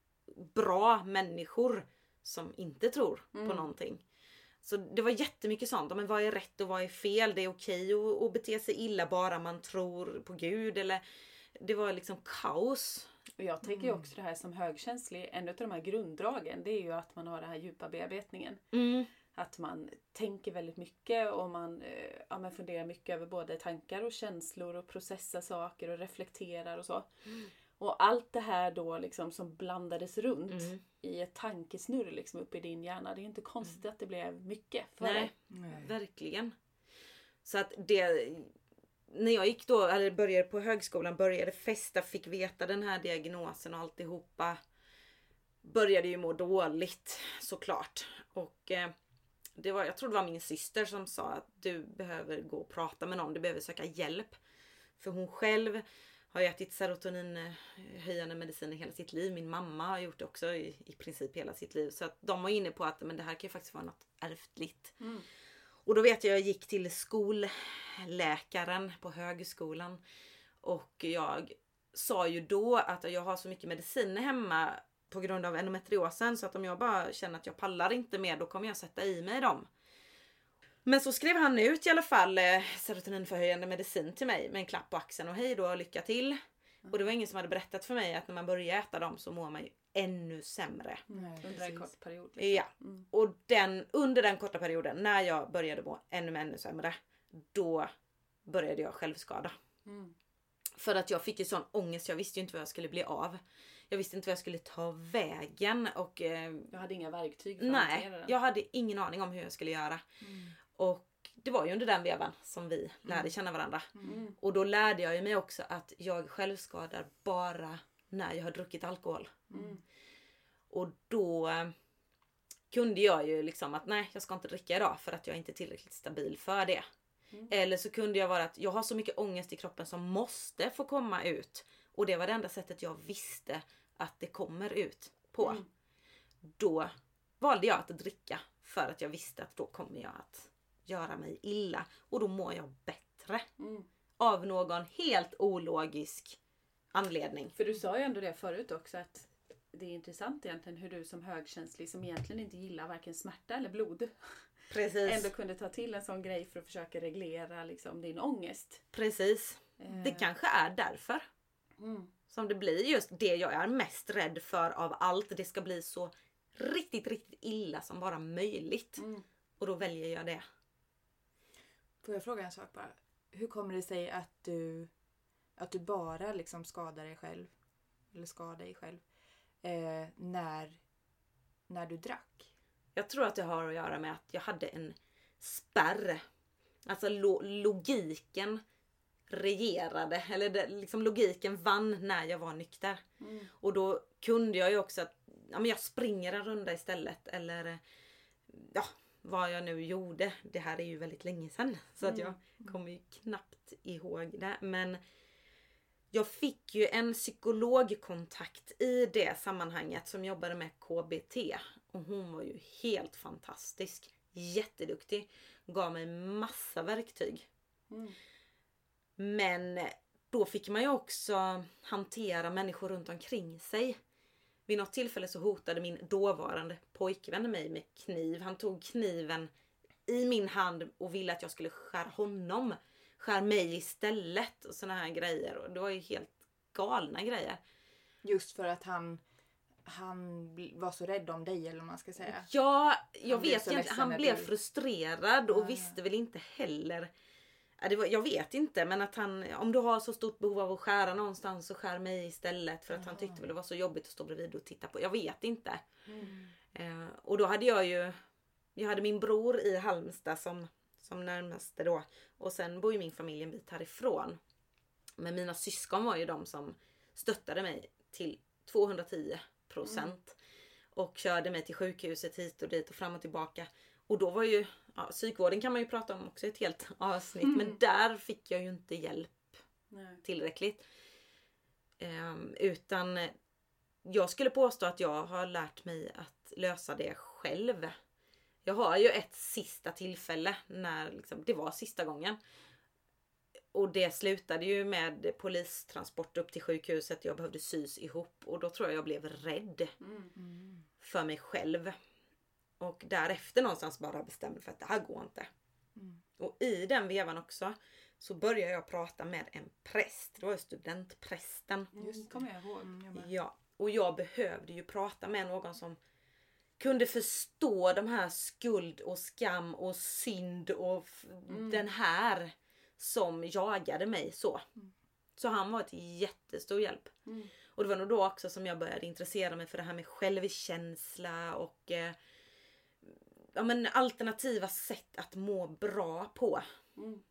bra människor som inte tror mm. på någonting. Så det var jättemycket sånt. Men vad är rätt och vad är fel? Det är okej att, att bete sig illa bara man tror på Gud. Eller det var liksom kaos. Och jag tänker ju också det här som högkänslig. En av de här grunddragen det är ju att man har den här djupa bearbetningen. Mm. Att man tänker väldigt mycket och man, ja, man funderar mycket över både tankar och känslor och processar saker och reflekterar och så. Mm. Och allt det här då liksom som blandades runt mm. i ett tankesnurr liksom uppe i din hjärna. Det är inte konstigt mm. att det blev mycket för Nej, dig. Nej, verkligen. Så att det, när jag gick då, eller började på högskolan, började festa, fick veta den här diagnosen och alltihopa. Började ju må dåligt såklart. Och eh, det var, jag tror det var min syster som sa att du behöver gå och prata med någon. Du behöver söka hjälp. För hon själv har ätit serotoninhöjande mediciner hela sitt liv. Min mamma har gjort det också i, i princip hela sitt liv. Så att de var inne på att men det här kan ju faktiskt vara något ärftligt. Mm. Och då vet jag, jag gick till skolläkaren på högskolan. Och jag sa ju då att jag har så mycket mediciner hemma på grund av endometriosen. Så att om jag bara känner att jag pallar inte mer, då kommer jag sätta i mig dem. Men så skrev han ut i alla fall eh, serotoninförhöjande medicin till mig med en klapp på axeln och hej då och lycka till. Mm. Och det var ingen som hade berättat för mig att när man börjar äta dem så mår man ju ännu sämre. Nej, Under en precis. kort period. liksom. Ja. Mm. Och den, under den korta perioden, när jag började må ännu, ännu sämre, då började jag självskada. Mm. För att jag fick ju sån ångest, jag visste ju inte vad jag skulle bli av. Jag visste inte vad jag skulle ta vägen. Och, eh, Jag hade inga verktyg för att hantera nej, den. jag hade ingen aning om hur jag skulle göra. Mm. Och det var ju under den vevan som vi lärde Mm. känna varandra. Mm. Och då lärde jag ju mig också att jag självskadar bara när jag har druckit alkohol. Mm. Och då eh, kunde jag ju liksom att nej, jag ska inte dricka idag för att jag är inte tillräckligt stabil för det. Mm. Eller så kunde jag vara att jag har så mycket ångest i kroppen som måste få komma ut. Och det var det enda sättet jag visste att det kommer ut på. Mm. Då valde jag att dricka för att jag visste att då kommer jag att göra mig illa. Och då mår jag bättre. Mm. Av någon helt ologisk anledning. För du sa ju ändå det förut också att det är intressant egentligen hur du som högkänslig som egentligen inte gillar varken smärta eller blod Precis. ändå kunde ta till en sån grej för att försöka reglera liksom din ångest. Precis. Eh, Det kanske är därför Mm. som det blir just det jag är mest rädd för av allt. Det ska bli så riktigt, riktigt illa som bara möjligt. Mm. Och då väljer jag det. Får jag fråga en sak bara? Hur kommer det sig att du, att du bara liksom skadar dig själv, eller skadar dig själv, eh, när, när du drack? Jag tror att det har att göra med att jag hade en spärr. Alltså lo- logiken regerade. Eller det, liksom logiken vann när jag var nykter. Mm. Och då kunde jag ju också att ja, men jag springer en runda istället. Eller ja, vad jag nu gjorde. Det här är ju väldigt länge sedan. Så att jag kommer ju knappt ihåg det. Men jag fick ju en psykologkontakt i det sammanhanget som jobbade med K B T. Och hon var ju helt fantastisk. Jätteduktig. Gav mig massa verktyg. Mm. Men då fick man ju också hantera människor runt omkring sig. Vid något tillfälle så hotade min dåvarande pojkvän mig med kniv. Han tog kniven i min hand och ville att jag skulle skära honom. Skär mig istället och såna här grejer. Och det var ju helt galna grejer. Just för att han, han bl- var så rädd om dig, eller vad man ska säga. Ja, jag Han blev vet så ju inte. ledsen Han när blev du- frustrerad och Ah, visste ja. väl inte heller. Ja, det var, jag vet inte, men att han, om du har så stort behov av att skära någonstans så skär mig istället. För att han tyckte väl det var så jobbigt att stå bredvid och titta på. Jag vet inte. Mm. Eh, och då hade jag ju, jag hade min bror i Halmstad som, som närmaste då. Och sen bor ju min familj en bit härifrån. Men mina syskon var ju de som stöttade mig till tvåhundratio procent. Och körde mig till sjukhuset hit och dit och fram och tillbaka. Och då var ju, ja, psykvården kan man ju prata om också i ett helt avsnitt. Mm. Men där fick jag ju inte hjälp Nej. tillräckligt. Ehm, utan jag skulle påstå att jag har lärt mig att lösa det själv. Jag har ju ett sista tillfälle när liksom, det var sista gången. Och det slutade ju med polistransport upp till sjukhuset. Jag behövde sys ihop och då tror jag jag blev rädd Mm. för mig själv. Och därefter någonstans bara bestämde för att det här går inte. Mm. Och i den vevan också så började jag prata med en präst. Det var ju studentprästen. Just kommer jag ihåg. Mm, jag med. Ja, och jag behövde ju prata med någon som kunde förstå de här skuld och skam och synd och f- Mm. den här som jagade mig så. Mm. Så han var ett jättestor hjälp. Mm. Och det var nog då också som jag började intressera mig för det här med självkänsla och eh, ja, men alternativa sätt att må bra på. Mm.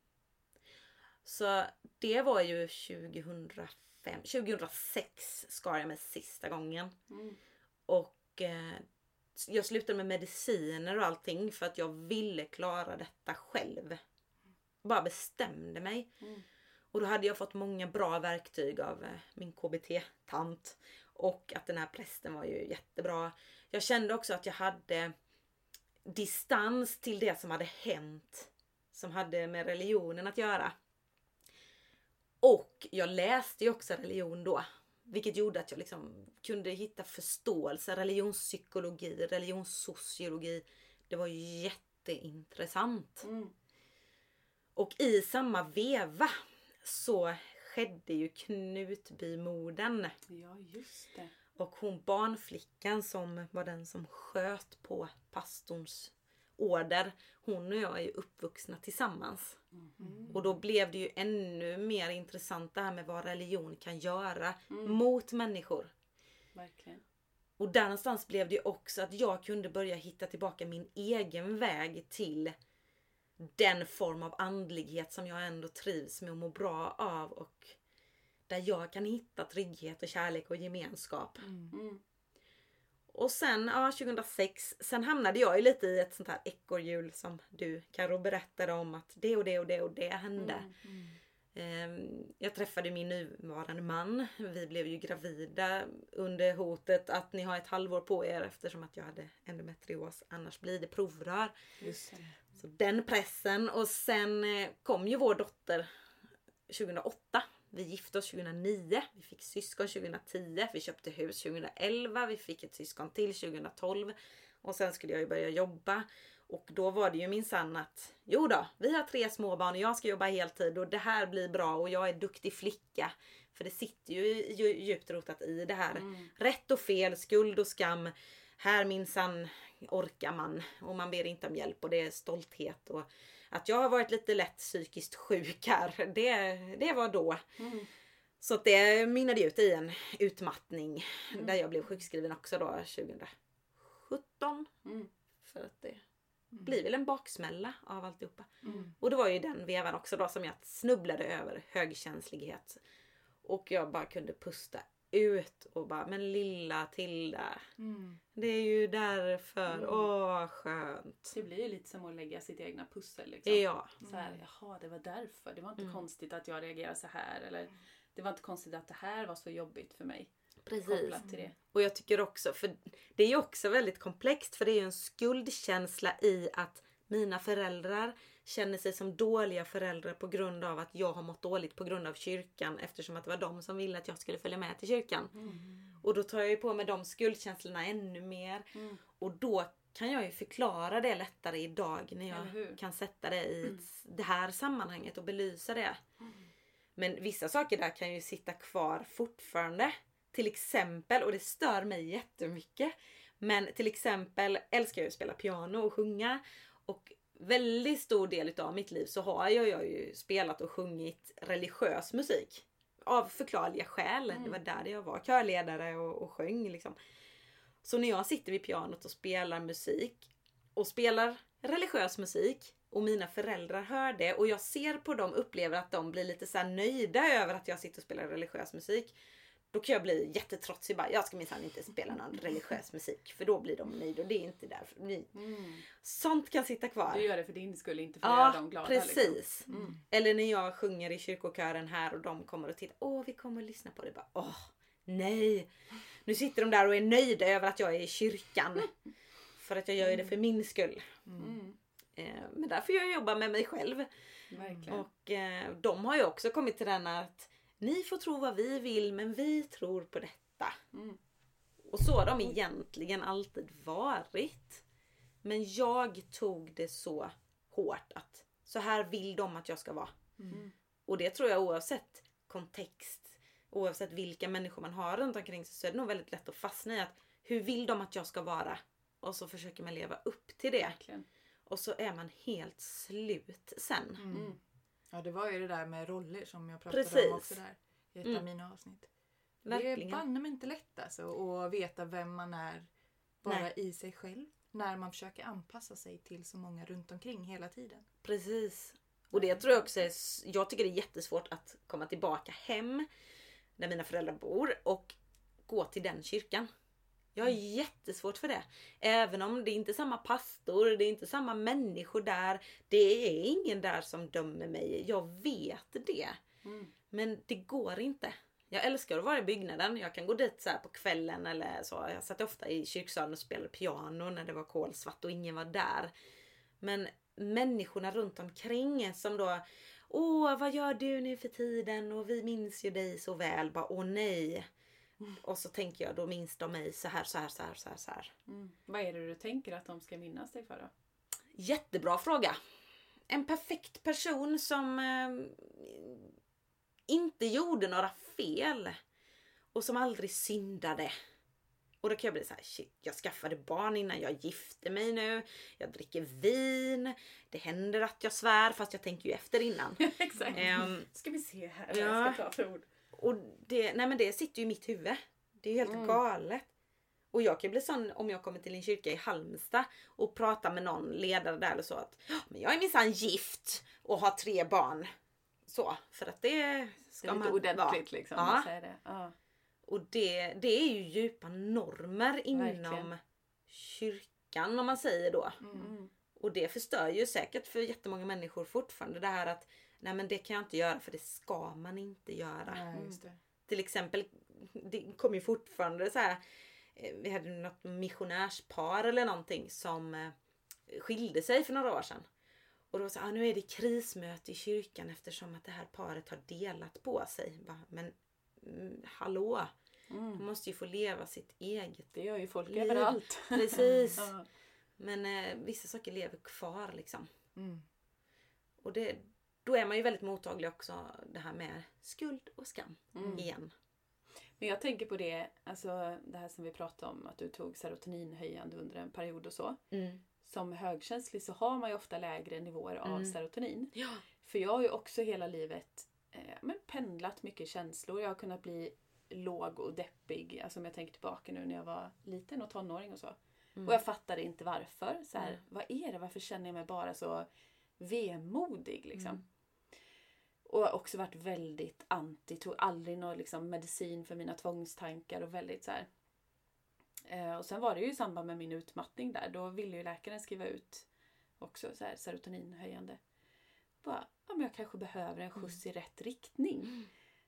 Så det var ju tjugohundrafem, tjugohundrasex skar jag mig sista gången. Mm. Och eh, jag slutade med mediciner och allting för att jag ville klara detta själv. Bara bestämde mig. Mm. Och då hade jag fått många bra verktyg av eh, min K B T-tant. Och att den här prästen var ju jättebra. Jag kände också att jag hade distans till det som hade hänt. Som hade med religionen att göra. Och jag läste ju också religion då. Vilket gjorde att jag liksom kunde hitta förståelse. Religionspsykologi, religionssociologi. Det var jätteintressant. Mm. Och i samma veva så skedde ju Knutbymorden. Ja, just det. Och hon barnflickan som var den som sköt på pastorns order. Hon och jag är ju uppvuxna tillsammans. Mm. Och då blev det ju ännu mer intressant det här med vad religion kan göra mm. mot människor. Verkligen. Och där någonstans blev det ju också att jag kunde börja hitta tillbaka min egen väg till den form av andlighet som jag ändå trivs med och mår bra av. Och där jag kan hitta trygghet och kärlek och gemenskap. Mm. Mm. Och sen, ja, tjugohundrasex, sen hamnade jag ju lite i ett sånt här ekorrhjul som du, Karo, berättade om att det och det och det och det hände. Mm. Mm. Jag träffade min nuvarande man. Vi blev ju gravida under hotet att ni har ett halvår på er eftersom att jag hade endometrios. Annars blir det provrör. Just det. Så den pressen. Och sen kom ju vår dotter tjugohundraåtta. Vi gifte oss tjugohundranio. Vi fick syskon tjugohundratio. Vi köpte hus tjugohundraelva. Vi fick ett syskon till tjugohundratolv. Och sen skulle jag ju börja jobba. Och då var det ju minsann att jo då, vi har tre småbarn och jag ska jobba heltid och det här blir bra och jag är duktig flicka. För det sitter ju djupt rotat i det här. Mm. Rätt och fel, skuld och skam. Här minsann orkar man och man ber inte om hjälp och det är stolthet. Och att jag har varit lite lätt psykiskt sjuk här, det, det var då. Mm. Så att det mynnade ut i en utmattning mm. där jag blev sjukskriven också då tjugosjutton. Mm. För att det Mm. blir väl en baksmälla av alltihopa. Mm. Och det var ju den vevan också då som jag snubblade över högkänslighet. Och jag bara kunde pusta ut och bara, men lilla Tilda. Mm. Det är ju därför. Mm. Åh, skönt. Det blir ju lite som att lägga sitt egna pussel. Liksom. Ja. Så här, jaha, det var därför. Det var inte mm. konstigt att jag reagerade så här. Eller det var inte konstigt att det här var så jobbigt för mig. Precis. Kopplat till det. Och jag tycker också, för det är ju också väldigt komplext, för det är ju en skuldkänsla i att mina föräldrar känner sig som dåliga föräldrar på grund av att jag har mått dåligt på grund av kyrkan, eftersom att det var de som ville att jag skulle följa med till kyrkan. Mm. Och då tar jag ju på mig de skuldkänslorna ännu mer. Mm. Och då kan jag ju förklara det lättare idag när jag kan sätta det i mm. det här sammanhanget och belysa det. Mm. Men vissa saker där kan ju sitta kvar fortfarande. Till exempel, och det stör mig jättemycket, men till exempel älskar jag att spela piano och sjunga. Och väldigt stor del av mitt liv så har jag, jag ju spelat och sjungit religiös musik. Av förklarliga skäl. Mm. Det var där jag var körledare och, och sjöng liksom. Så när jag sitter vid pianot och spelar musik och spelar religiös musik och mina föräldrar hör det och jag ser på dem, upplever att de blir lite så här nöjda över att jag sitter och spelar religiös musik. Då kan jag bli jättetrotsig. Bara, jag ska minsann inte spela någon religiös musik. För då blir de nöjda och det är inte därför. Mm. Sånt kan sitta kvar. Du gör det för din skull, inte för att ja, göra dem glada. Precis. Liksom. Mm. Eller när jag sjunger i kyrkokören här och de kommer och tittar. Åh, vi kommer och lyssna på det. Bara, åh, nej. Nu sitter de där och är nöjda över att jag är i kyrkan. För att jag gör det för min skull. Mm. Eh, men därför jag jobbar med mig själv. Verkligen. Och eh, de har ju också kommit till den att ni får tro vad vi vill, men vi tror på detta. Mm. Och så har de egentligen alltid varit. Men jag tog det så hårt att så här vill de att jag ska vara. Mm. Och det tror jag oavsett kontext, oavsett vilka människor man har runt omkring sig, så är det nog väldigt lätt att fastna i att hur vill de att jag ska vara? Och så försöker man leva upp till det. Verkligen. Och så är man helt slut sen. Mm. Ja, det var ju det där med roller som jag pratade Precis. om också där i ett mm. av mina avsnitt. Verkligen. Det är banne mig inte lätt alltså att veta vem man är bara Nej. i sig själv. När man försöker anpassa sig till så många runt omkring hela tiden. Precis. Och det tror jag också är, jag tycker det är jättesvårt att komma tillbaka hem där mina föräldrar bor och gå till den kyrkan. Jag har mm. jättesvårt för det. Även om det är inte samma pastor, det är inte samma människor där. Det är ingen där som dömer mig. Jag vet det. Mm. Men det går inte. Jag älskar att vara i byggnaden. Jag kan gå dit så här på kvällen eller så. Jag satt ofta i kyrksalen och spelade piano när det var kolsvart och ingen var där. Men människorna runt omkring som då, åh, vad gör du nu för tiden? Och vi minns ju dig så väl. Bara, åh nej. Mm. Och så tänker jag, då minns de mig så här, så här, så här, så här, så här. Mm. Vad är det du tänker att de ska minnas dig för då? Jättebra fråga. En perfekt person som eh, inte gjorde några fel. Och som aldrig syndade. Och då kan jag bli så här, shit, jag skaffade barn innan jag gifte mig nu. Jag dricker vin. Det händer att jag svär fast jag tänker ju efter innan. Exakt. Um, Ska vi se här ja. vad jag ska ta för ord. och det, nej men det sitter ju i mitt huvud. Det är ju helt Mm. galet. Och jag kan bli sån om jag kommer till en kyrka i Halmstad och pratar med någon ledare där eller så att men jag är minsann gift och har tre barn. Så, för att det ska Det är lite man ordentligt vara. liksom. Ja. Man säger det. Ja. Och det, det är ju djupa normer inom Verkligen. kyrkan om man säger då. Mm. Och det förstör ju säkert för jättemånga människor fortfarande det här att nej men det kan jag inte göra för det ska man inte göra. Nej, just det. Till exempel, det kommer ju fortfarande så här, eh, vi hade något missionärspar eller någonting som eh, skilde sig för några år sedan. Och då var det så här, ah, nu är det krismöte i kyrkan eftersom att det här paret har delat på sig. Bara, men mm, hallå, Mm. de måste ju få leva sitt eget. Det gör ju folk Liv. överallt. Precis. Ja. Men eh, vissa saker lever kvar liksom. Mm. Och det, då är man ju väldigt mottaglig också det här med skuld och skam Mm. igen. Men jag tänker på det, alltså det här som vi pratade om, att du tog serotoninhöjande under en period och så. Mm. Som högkänslig så har man ju ofta lägre nivåer av Mm. serotonin. Ja. För jag har ju också hela livet eh, men pendlat mycket känslor. Jag har kunnat bli låg och deppig. Alltså om jag tänker tillbaka nu när jag var liten och tonåring och så. Mm. Och jag fattade inte varför. Så här, Mm. vad är det? Varför känner jag mig bara så vemodig liksom? Mm. Och jag har också varit väldigt anti. Tog aldrig någon liksom, medicin för mina tvångstankar och väldigt så här. Eh, och sen var det ju i samband med min utmattning där. Då ville ju läkaren skriva ut också så här serotoninhöjande. Bara, ja men jag kanske behöver en skjuts i rätt riktning. Mm.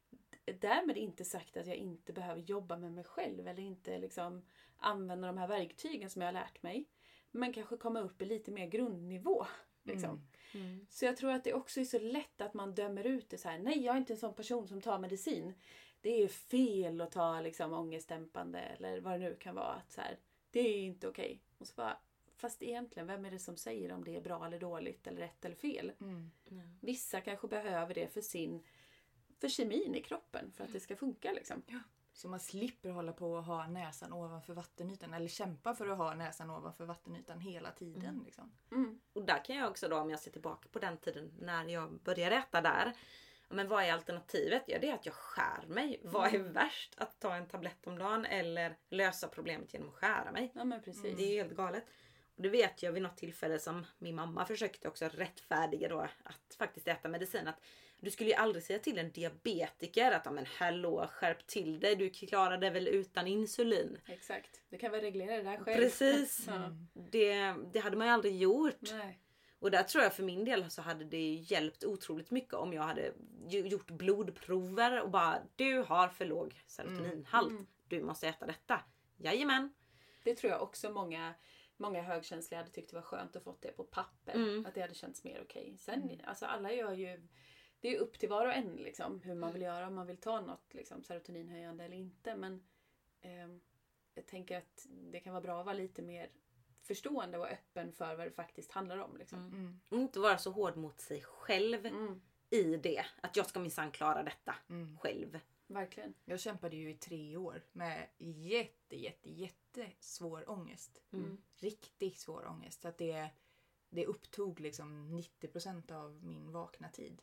Därmed inte sagt att jag inte behöver jobba med mig själv. Eller inte liksom använda de här verktygen som jag har lärt mig. Men kanske komma upp i lite mer grundnivå. Liksom. Mm. Mm. Så jag tror att det också är så lätt att man dömer ut det så här. Nej, jag är inte en sån person som tar medicin. Det är fel att ta liksom ångestdämpande eller vad det nu kan vara. Att så här, det är inte okej. Och så bara, fast egentligen, vem är det som säger om det är bra eller dåligt eller rätt eller fel? Mm. Mm. Vissa kanske behöver det för sin för kemin i kroppen för att det ska funka liksom. Så man slipper hålla på och ha näsan ovanför vattenytan. Eller kämpa för att ha näsan ovanför vattenytan hela tiden. Mm. Liksom. Mm. Och där kan jag också då, om jag ser tillbaka på den tiden när jag började äta där. Men vad är alternativet? Ja, det är att jag skär mig. Vad är värst? Att ta en tablett om dagen eller lösa problemet genom att skära mig? Ja men precis. Det är ju helt galet. Och det vet jag vid något tillfälle som min mamma försökte också rättfärdiga då att faktiskt äta medicin. Att du skulle ju aldrig säga till en diabetiker att men hallå, skärp till dig. Du klarar det väl utan insulin. Exakt. Du kan väl reglera det där själv. Precis. Ja. Det, det hade man ju aldrig gjort. Nej. Och där tror jag för min del så hade det hjälpt otroligt mycket om jag hade ju- gjort blodprover och bara du har för låg serotoninhalt. Mm. Du måste äta detta. Jajamän. Det tror jag också många, många högkänsliga hade tyckt det var skönt att få det på papper. Mm. Att det hade känts mer okej. Sen, alltså alla gör ju, det är ju upp till var och en liksom, hur man vill göra. Om man vill ta något liksom, serotoninhöjande eller inte. Men ehm, jag tänker att det kan vara bra att vara lite mer förstående och öppen för vad det faktiskt handlar om. Liksom. Mm. Mm. Och inte vara så hård mot sig själv Mm. i det. Att jag ska minsann klara detta Mm. själv. Verkligen. Jag kämpade ju i tre år med jätte, jätte, jätte svår ångest. Mm. Riktigt svår ångest. Så att det, det upptog liksom nittio procent av min vakna tid.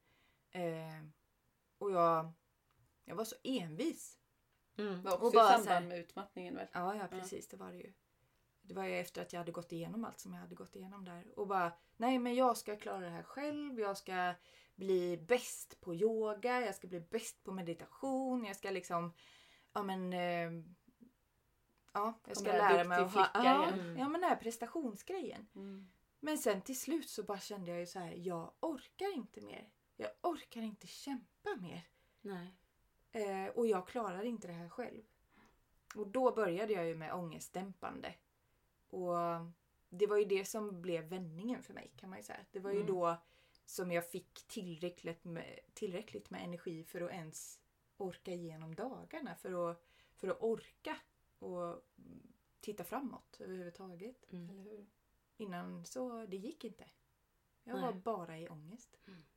Eh, och jag, jag var så envis. Mm. Var också Och bara i så samband här- med utmattningen väl? Ja, ja precis. Det var det ju. Det var ju efter att jag hade gått igenom allt som jag hade gått igenom där. Och bara, nej men jag ska klara det här själv. Jag ska bli bäst på yoga. Jag ska bli bäst på meditation. Jag ska liksom, ja men, eh, ja, jag ska Kommer en lära mig att duktig ha, flicka ja, igen. ja men den här prestationsgrejen. Mm. Men sen till slut så bara kände jag ju så här, jag orkar inte mer. Jag orkar inte kämpa mer. Nej. Eh, och jag klarar inte det här själv. Och då började jag ju med ångestdämpande. Och det var ju det som blev vändningen för mig kan man ju säga. Det var ju Mm. då som jag fick tillräckligt med, tillräckligt med energi för att ens orka igenom dagarna. För att, för att orka och titta framåt överhuvudtaget. Mm. Eller hur? Innan så, det gick inte. Jag Nej. var bara i ångest.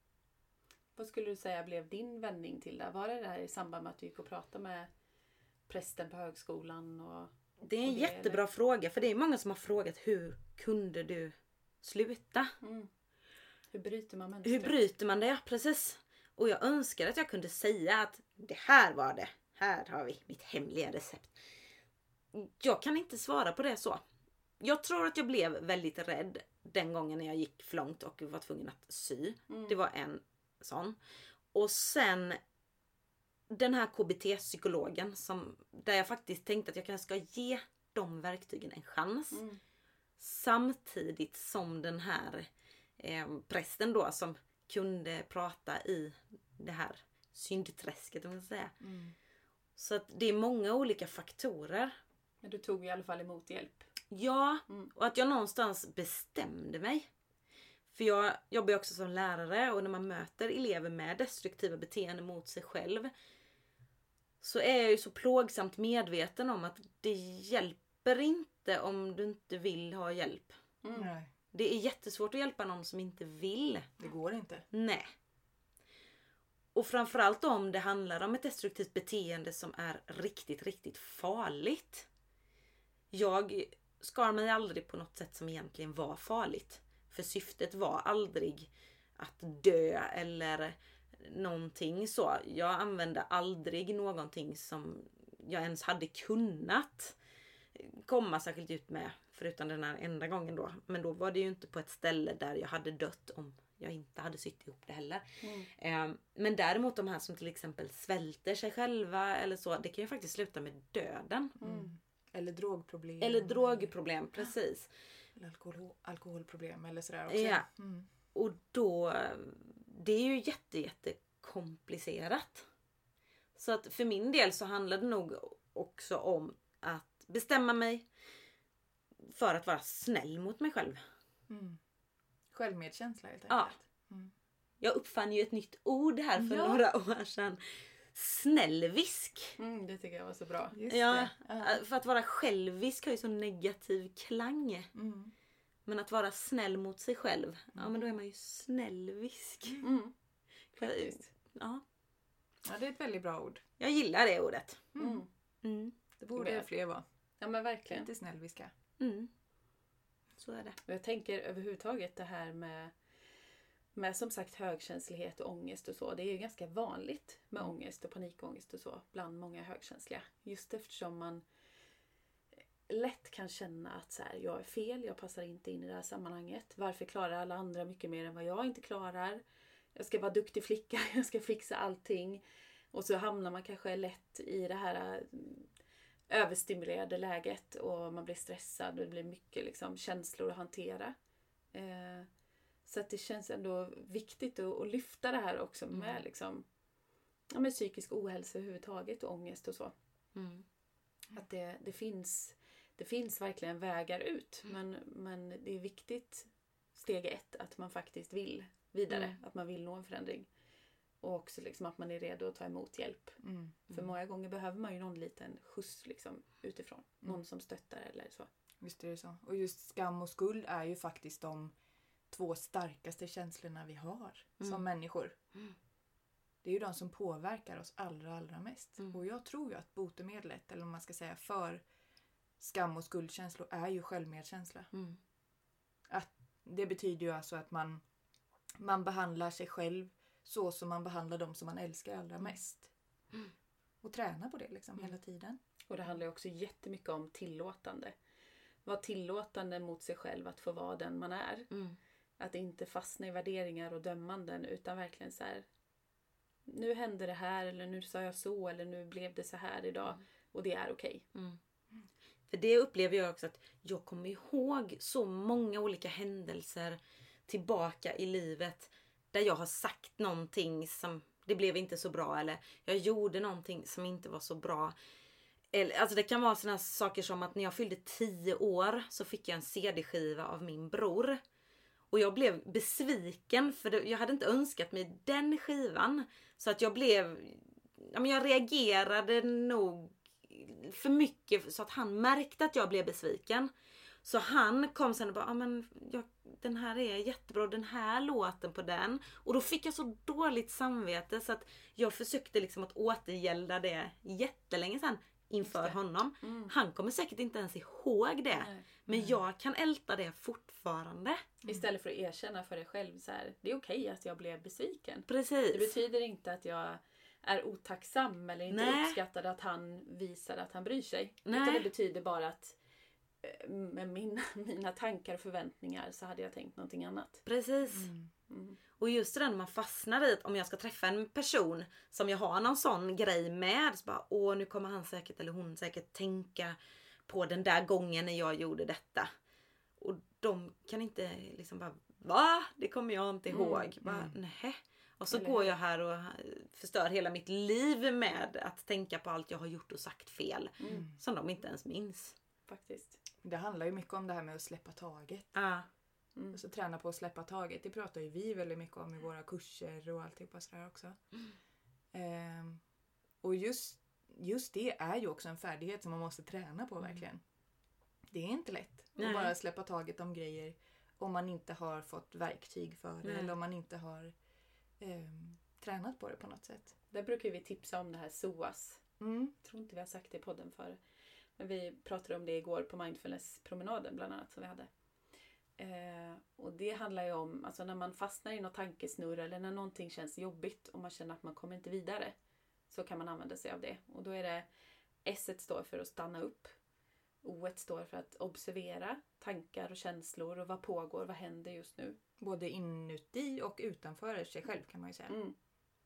Vad skulle du säga blev din vändning till det? Var det det här i samband med att du gick och pratade med prästen på högskolan? Och Det är en det, jättebra eller? fråga. För det är många som har frågat, hur kunde du sluta? Mm. Hur bryter man mönstret? Hur bryter man det? Ja, precis. Och jag önskar att jag kunde säga att det här var det. Här har vi mitt hemliga recept. Jag kan inte svara på det så. Jag tror att jag blev väldigt rädd den gången när jag gick för långt och var tvungen att sy. Mm. Det var en sån. Och sen den här K B T-psykologen som, där jag faktiskt tänkte att jag kanske ska ge de verktygen en chans. Mm. Samtidigt som den här eh, prästen då som kunde prata i det här syndträsket, om man ska säga. Mm. Så att det är många olika faktorer. Men du tog i alla fall emot hjälp. Ja, Mm. och att jag någonstans bestämde mig. För jag jobbar ju också som lärare och när man möter elever med destruktiva beteenden mot sig själv så är jag ju så plågsamt medveten om att det hjälper inte om du inte vill ha hjälp. Mm. Nej, Det är jättesvårt att hjälpa någon som inte vill. det går inte. Nej. Och framförallt om det handlar om ett destruktivt beteende som är riktigt, riktigt farligt. Jag skar mig aldrig på något sätt som egentligen var farligt. För syftet var aldrig att dö eller någonting så. Jag använde aldrig någonting som jag ens hade kunnat komma särskilt ut med. Förutom den här enda gången då. Men då var det ju inte på ett ställe där jag hade dött om jag inte hade sytt ihop det heller. Mm. Eh, men däremot de här som till exempel svälter sig själva eller så. Det kan ju faktiskt sluta med döden. Mm. Eller drogproblem. Eller drogproblem, precis. Eller alkohol, alkoholproblem eller sådär också. Ja. Mm. Och då, det är ju jätte, jätte komplicerat. Så att för min del så handlar det nog också om att bestämma mig för att vara snäll mot mig själv. Mm. Självmedkänsla helt Ja. enkelt. Mm. Jag uppfann ju ett nytt ord här för Ja. några år sedan. Snällvisk. Mm, det tycker jag var så bra. Just Ja, det. Ja. för att vara självisk har ju så negativ klang. Mm. Men att vara snäll mot sig själv, ja men då är man ju snällvisk. Mm. Faktiskt. Ja, Ja, det är ett väldigt bra ord. jag gillar det ordet. Mm. Mm. Det borde Men- fler vara. Ja men verkligen. Inte snällviska. Mm. Så är det. Och jag tänker överhuvudtaget det här med, med som sagt högkänslighet och ångest och så. Det är ju ganska vanligt med Mm. ångest och panikångest och så bland många högkänsliga. Just eftersom man lätt kan känna att så här, jag är fel, jag passar inte in i det här sammanhanget. Varför klarar alla andra mycket mer än vad jag inte klarar? Jag ska vara duktig flicka, jag ska fixa allting. Och så hamnar man kanske lätt i det här mm, överstimulerade läget och man blir stressad och det blir mycket liksom, känslor att hantera. Eh, så att det känns ändå viktigt att, att lyfta det här också med, Mm. liksom, ja, med psykisk ohälsa överhuvudtaget och ångest och så. Mm. Att det, det, finns, det finns verkligen vägar ut. Men, men det är viktigt, steg ett, att man faktiskt vill vidare. Mm. Att man vill nå en förändring. Och också liksom att man är redo att ta emot hjälp. Mm. För många gånger behöver man ju någon liten skjuts liksom, utifrån. Mm. Någon som stöttar eller så. Visst är det så. Och just skam och skuld är ju faktiskt de två starkaste känslorna vi har Mm. som människor. Mm. Det är ju de som påverkar oss allra, allra mest. Mm. Och jag tror ju att botemedlet, eller om man ska säga för skam och skuldkänslor, är ju självmedkänsla. Mm. Det betyder ju alltså att man, man behandlar sig själv så som man behandlar de som man älskar allra mest. Mm. Och tränar på det liksom Mm. hela tiden. Och det handlar ju också jättemycket om tillåtande. Var tillåtande mot sig själv att få vara den man är. Mm. Att inte fastna i värderingar och dömanden utan verkligen så här. Nu hände det här eller nu sa jag så eller nu blev det så här idag. Mm. Och det är okej. Mm. För det upplever jag också att jag kommer ihåg så många olika händelser tillbaka i livet där jag har sagt någonting som det blev inte så bra eller jag gjorde någonting som inte var så bra. Eller, alltså det kan vara såna saker som att när jag fyllde tio år så fick jag en C D-skiva av min bror. Och jag blev besviken för det, jag hade inte önskat mig den skivan. Så att jag blev, ja men jag reagerade nog för mycket så att han märkte att jag blev besviken. Så han kom sen och bara, ja men jag, den här är jättebra, den här låten på den. Och då fick jag så dåligt samvete så att jag försökte liksom att återgälda det jättelänge sen. inför honom. Mm. Han kommer säkert inte ens ihåg det. Nej. Men jag kan älta det fortfarande. Istället för att erkänna för dig själv så här, det är okej att jag blev besviken. Precis. Det betyder inte att jag är otacksam eller inte Nej. uppskattad att han visar att han bryr sig. Nej. Utan det betyder bara att eh, med mina, mina tankar och förväntningar så hade jag tänkt någonting annat. Precis. Mm. Mm. Och just det där när man fastnar i att om jag ska träffa en person som jag har någon sån grej med. Så bara, åh nu kommer han säkert eller hon säkert tänka på den där gången när jag gjorde detta. Och de kan inte liksom bara, va? Det kommer jag inte Mm, ihåg. Bara, mm. nej. Och så Eller går hur? jag här och förstör hela mitt liv med att tänka på allt jag har gjort och sagt fel. Mm. Som de inte ens minns. Faktiskt. Det handlar ju mycket om det här med att släppa taget. Ja. Mm. Alltså träna på att släppa taget. Det pratar ju vi väldigt mycket om i våra kurser och alltihopa sådär också. Ehm, och just, just det är ju också en färdighet som man måste träna på verkligen. Det är inte lätt Nej. att bara släppa taget om grejer om man inte har fått verktyg för det Nej. eller om man inte har ehm, tränat på det på något sätt. Där brukar vi tipsa om det här S O A S. Mm. Jag tror inte vi har sagt det i podden för. Men vi pratade om det igår på mindfulness-promenaden bland annat som vi hade. Eh, och det handlar ju om, alltså när man fastnar i något tankesnurr eller när någonting känns jobbigt och man känner att man kommer inte vidare. Så kan man använda sig av det. Och då är det S står för att stanna upp. O står för att observera tankar och känslor och vad pågår, vad händer just nu. Både inuti och utanför sig själv kan man ju säga. Mm.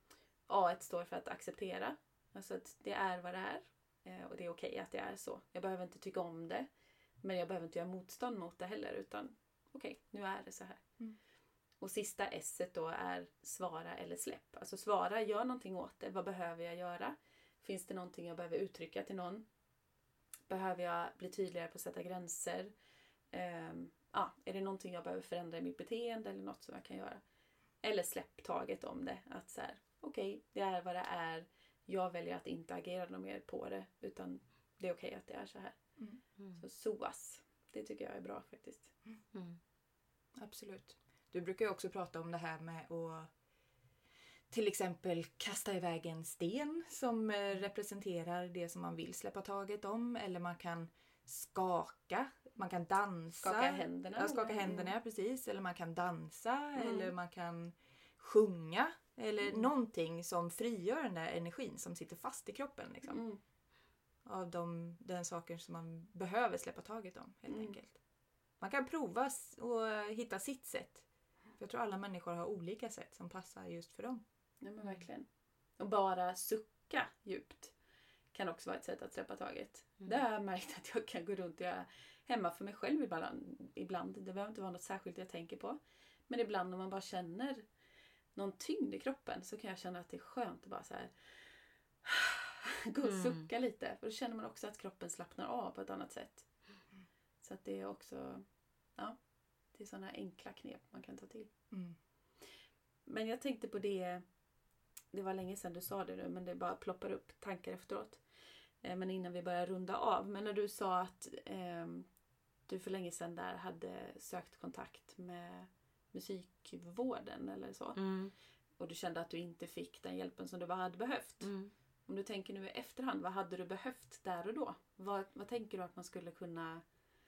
A står för att acceptera. Alltså att det är vad det är. Eh, och det är okej att det är så. Jag behöver inte tycka om det. Men jag behöver inte göra motstånd mot det heller. Utan okej, nu är det så här. Mm. Och sista S då är svara eller släpp. Alltså svara, gör någonting åt det. Vad behöver jag göra? Finns det någonting jag behöver uttrycka till någon? Behöver jag bli tydligare på att sätta gränser? Um, ja, är det någonting jag behöver förändra i mitt beteende eller något som jag kan göra? Eller släpp taget om det. Att så här, okej, det är vad det är. Jag väljer att inte agera något mer på det. Utan det är okej att det är så här. Mm. Mm. Så S O A S. Det tycker jag är bra faktiskt. Mm. Absolut. Du brukar ju också prata om det här med att till exempel kasta iväg en sten som eh, representerar det som man vill släppa taget om. Eller man kan skaka, man kan dansa. Skaka händerna. Ja, skaka eller? händerna, ja, precis. Eller man kan dansa, Mm. eller man kan sjunga. Eller Mm. någonting som frigör den där energin som sitter fast i kroppen. Liksom. Mm. Av de, den saker som man behöver släppa taget om, helt Mm. enkelt. Man kan prova s- och eh, hitta sitt sätt. För jag tror alla människor har olika sätt som passar just för dem. Ja men verkligen. Och bara sucka djupt kan också vara ett sätt att släppa taget. Mm. Det har jag märkt att jag kan gå runt och göra hemma för mig själv ibland. ibland. Det behöver inte vara något särskilt jag tänker på. Men ibland om man bara känner någon tyngd i kroppen så kan jag känna att det är skönt att bara så här gå och Mm. sucka lite. För då känner man också att kroppen slappnar av på ett annat sätt. Så att det är också, ja, det är sådana enkla knep man kan ta till. Mm. Men jag tänkte på det, det var länge sedan du sa det nu, men det bara ploppar upp tankar efteråt. Eh, men innan vi börjar runda av. Men när du sa att eh, du för länge sedan där hade sökt kontakt med musikvården eller så. Mm. Och du kände att du inte fick den hjälpen som du bara hade behövt. Mm. Om du tänker nu i efterhand, vad hade du behövt där och då? Vad, vad tänker du att man skulle kunna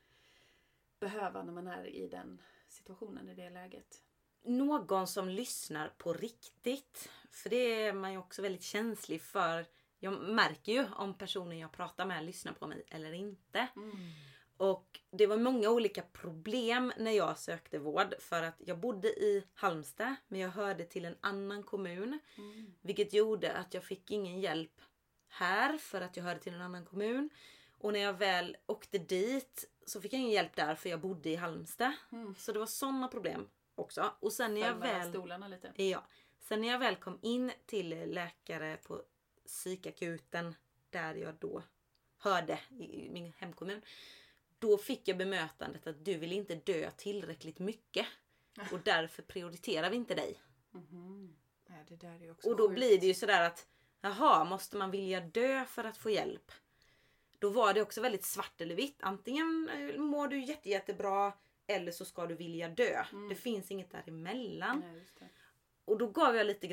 behöva när man är i den situationen, i det läget? Någon som lyssnar på riktigt. För det är man ju också väldigt känslig för. Jag märker ju om personen jag pratar med lyssnar på mig eller inte. Mm. Och det var många olika problem när jag sökte vård. För att jag bodde i Halmstad, men jag hörde till en annan kommun. Mm. Vilket gjorde att jag fick ingen hjälp här för att jag hörde till en annan kommun. Och när jag väl åkte dit så fick jag ingen hjälp där för jag bodde i Halmstad. Mm. Så det var sådana problem också. Och sen när jag Föll mellan väl... stolarna lite. Ja. Sen när jag väl kom in till läkare på psykakuten där jag då hörde i min hemkommun. Då fick jag bemötandet att du vill inte dö tillräckligt mycket. Och därför prioriterar vi inte dig. Mhm. Ja, det där är ju också Och då sjukt. blir det ju sådär att jaha, måste man vilja dö för att få hjälp? Då var det också väldigt svart eller vitt. Antingen mår du jätte, jättebra eller så ska du vilja dö. Mm. Det finns inget däremellan. Nej, just det. Och då gav jag lite grann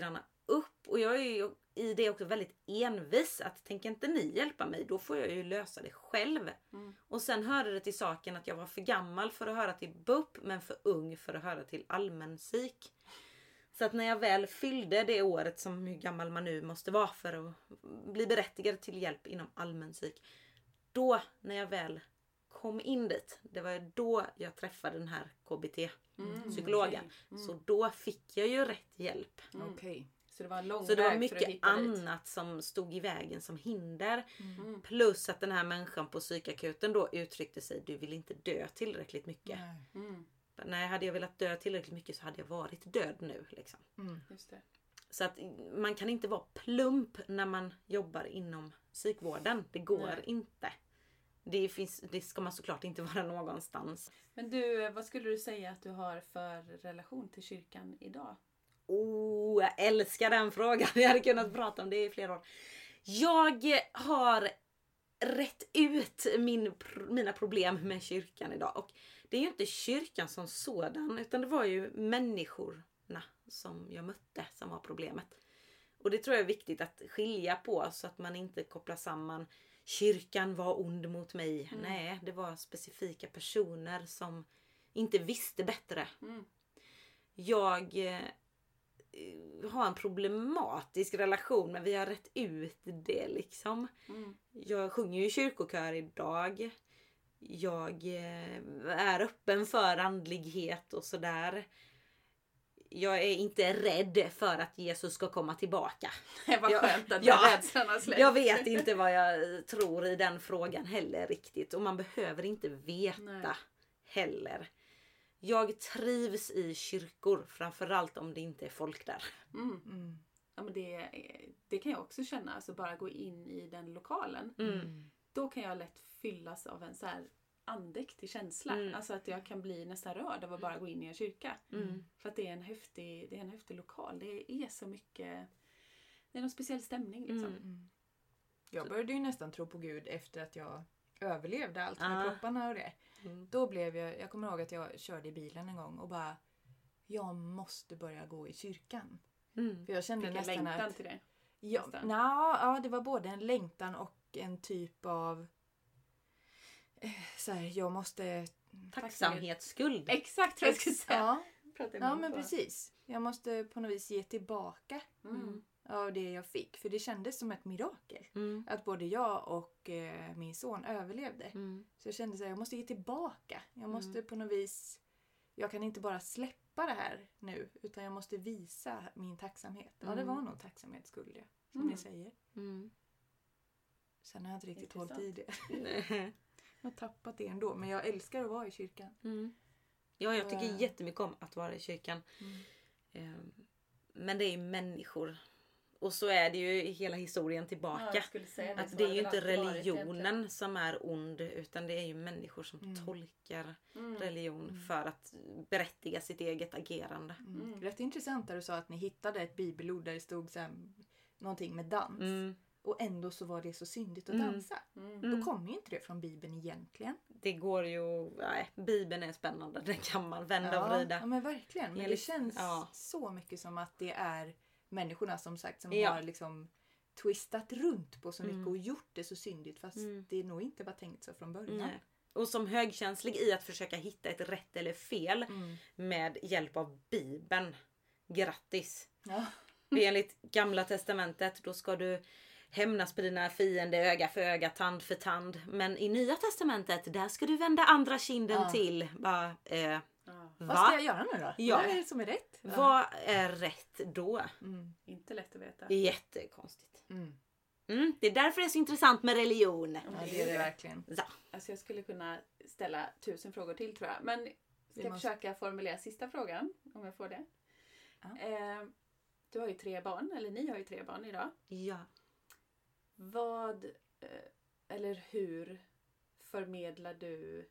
upp. Och jag är ju i det också väldigt envis. Att tänker inte ni hjälpa mig, då får jag ju lösa det själv. Mm. Och sen hörde det till saken att jag var för gammal för att höra till B U P. Men för ung för att höra till allmänpsyk. Så att när jag väl fyllde det året, som hur gammal man nu måste vara för att bli berättigad till hjälp inom allmänpsyk. Då när jag väl kom in dit, det var då jag träffade den här K B T-psykologen. Mm, okay. mm. Så då fick jag ju rätt hjälp. Mm. Okej. Okay. Så det var en lång Så det var väg mycket för att hitta annat dit. Som stod i vägen som hinder. Mm. Plus att den här människan på psykakuten då uttryckte sig, du vill inte dö tillräckligt mycket. Nej. Mm. Nej, hade jag velat dö tillräckligt mycket så hade jag varit död nu. Liksom. Mm. Just det. Så att man kan inte vara plump när man jobbar inom psykvården. Det går Nej. inte. Det, finns, det ska man såklart inte vara någonstans. Men du, vad skulle du säga att du har för relation till kyrkan idag? Oh, jag älskar den frågan. Jag hade kunnat prata om det i flera år. Jag har rätt ut min, mina problem med kyrkan idag. Och det är ju inte kyrkan som sådan, utan det var ju människorna som jag mötte som var problemet. Och det tror jag är viktigt att skilja på, så att man inte kopplar samman kyrkan var ond mot mig. Mm. Nej, det var specifika personer som inte visste bättre. Mm. Jag eh, har en problematisk relation, men vi har rätt ut det liksom. Mm. Jag sjunger ju i kyrkokör idag. Jag eh, är öppen för andlighet och sådär. Jag är inte rädd för att Jesus ska komma tillbaka. Det var jag, skönt att ja, rädslan har släppt. Jag vet inte vad jag tror i den frågan heller riktigt. Och man behöver inte veta Nej. heller. Jag trivs i kyrkor, framförallt om det inte är folk där. Mm. Mm. Ja, men det, det kan jag också känna. Alltså bara gå in i den lokalen. Mm. Då kan jag lätt fyllas av en så här andäktig känsla. Mm. Alltså att jag kan bli nästan rörd av att bara gå in i en kyrka. Mm. För att det är en häftig, det är en häftig lokal. Det är så mycket... Det är någon speciell stämning liksom. Mm. Mm. Jag började ju nästan tro på Gud efter att jag överlevde allt med Ah. propparna och det. Mm. Då blev jag, jag kommer ihåg att jag körde i bilen en gång och bara, jag måste börja gå i kyrkan. Mm. För jag kände Vilken nästan längtan att... till det. Ja, nästan. na, ja, det var både en längtan och en typ av... eh, Så här, jag måste... Tacksamhetsskuld. Exakt tror jag skulle säga. Ja, Pratar jag ja med men på. precis. Jag måste på något vis ge tillbaka Mm. av det jag fick. För det kändes som ett mirakel. Mm. Att både jag och eh, min son överlevde. Mm. Så jag kände att jag måste ge tillbaka. Jag måste Mm. på något vis... Jag kan inte bara släppa det här nu. Utan jag måste visa min tacksamhet. Ja, det Mm. var nog tacksamhetsskuld, ja, som Mm. ni säger. Mm. Sen har jag inte riktigt Intressant. hållit i det. Nej. Jag har tappat det ändå. Men jag älskar att vara i kyrkan. Mm. Ja, jag tycker Och- jättemycket om att vara i kyrkan. Mm. Ehm, Men det är ju människor. Och så är det ju i hela historien Ja, tillbaka. jag skulle säga det. Att Så det har är ju väl inte alltid varit religionen egentligen. som är ond, utan det är ju människor som Mm. tolkar Mm. religion Mm. för att berättiga sitt eget agerande. Mm. Mm. Rätt intressant där du sa att ni hittade ett bibelord där det stod så här, någonting med dans. Mm. Och ändå så var det så syndigt att Mm. dansa. Mm. Mm. Då kommer ju inte det från Bibeln egentligen. Det går ju... Nej, Bibeln är spännande. Den kan man vända och ja, vrida. ja, men verkligen. Men Enligt- det känns ja. så mycket som att det är människorna som sagt som Ja. har liksom twistat runt på så mycket Mm. och gjort det så syndigt. Fast Mm. det nog inte var tänkt så från början. Nej. Och som högkänslig i att försöka hitta ett rätt eller fel Mm. med hjälp av Bibeln. Grattis! Ja. För enligt Gamla testamentet då ska du hämnas på dina fiender öga för öga, tand för tand. Men i Nya testamentet där ska du vända andra kinden Ja. till. Bara, eh, Ja. Vad ska va? jag göra nu då? Ja. Vad är det som är rätt? Ja. Vad är rätt då? Mm. Inte lätt att veta. Det är jättekonstigt. Mm. Mm, det är därför det är så intressant med religion. Ja, Ja, det är det verkligen. Så. Alltså jag skulle kunna ställa tusen frågor till tror jag. Men ska Vi jag måste- försöka formulera sista frågan. Om jag får det. Ja. Eh, du har ju tre barn. Eller ni har ju tre barn idag. Ja. Vad eh, eller hur förmedlar du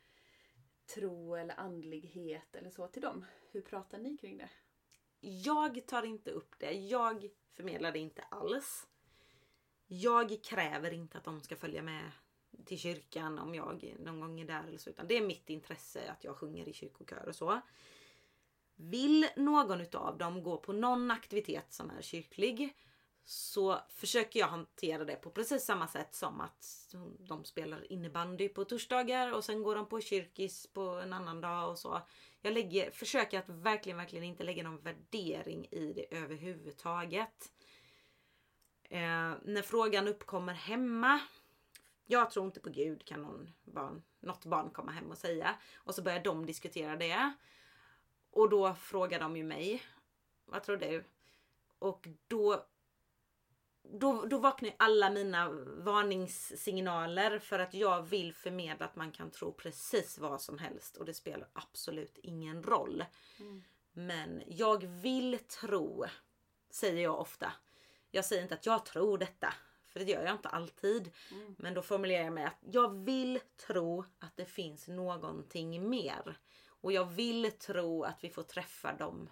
tro eller andlighet eller så till dem? Hur pratar ni kring det? Jag tar inte upp det. Jag förmedlar det inte alls. Jag kräver inte att de ska följa med till kyrkan om jag någon gång är där eller så. Utan det är mitt intresse att jag sjunger i kyrkokör och så. vill någon utav dem gå på någon aktivitet som är kyrklig, så försöker jag hantera det på precis samma sätt som att de spelar innebandy på torsdagar och sen går de på kyrkis på en annan dag och så. Jag lägger, försöker att verkligen, verkligen inte lägga någon värdering i det överhuvudtaget. Eh, när frågan uppkommer hemma, jag tror inte på Gud, kan någon barn, något barn komma hem och säga. Och så börjar de diskutera det. Och då frågar de ju mig, vad tror du? Och då Då, då vaknar alla mina varningssignaler, för att jag vill förmedla att man kan tro precis vad som helst och det spelar absolut ingen roll. Mm. Men jag vill tro, säger jag ofta. Jag säger inte att jag tror detta, för det gör jag inte alltid. Mm. Men då formulerar jag mig att jag vill tro att det finns någonting mer. Och jag vill tro att vi får träffa dem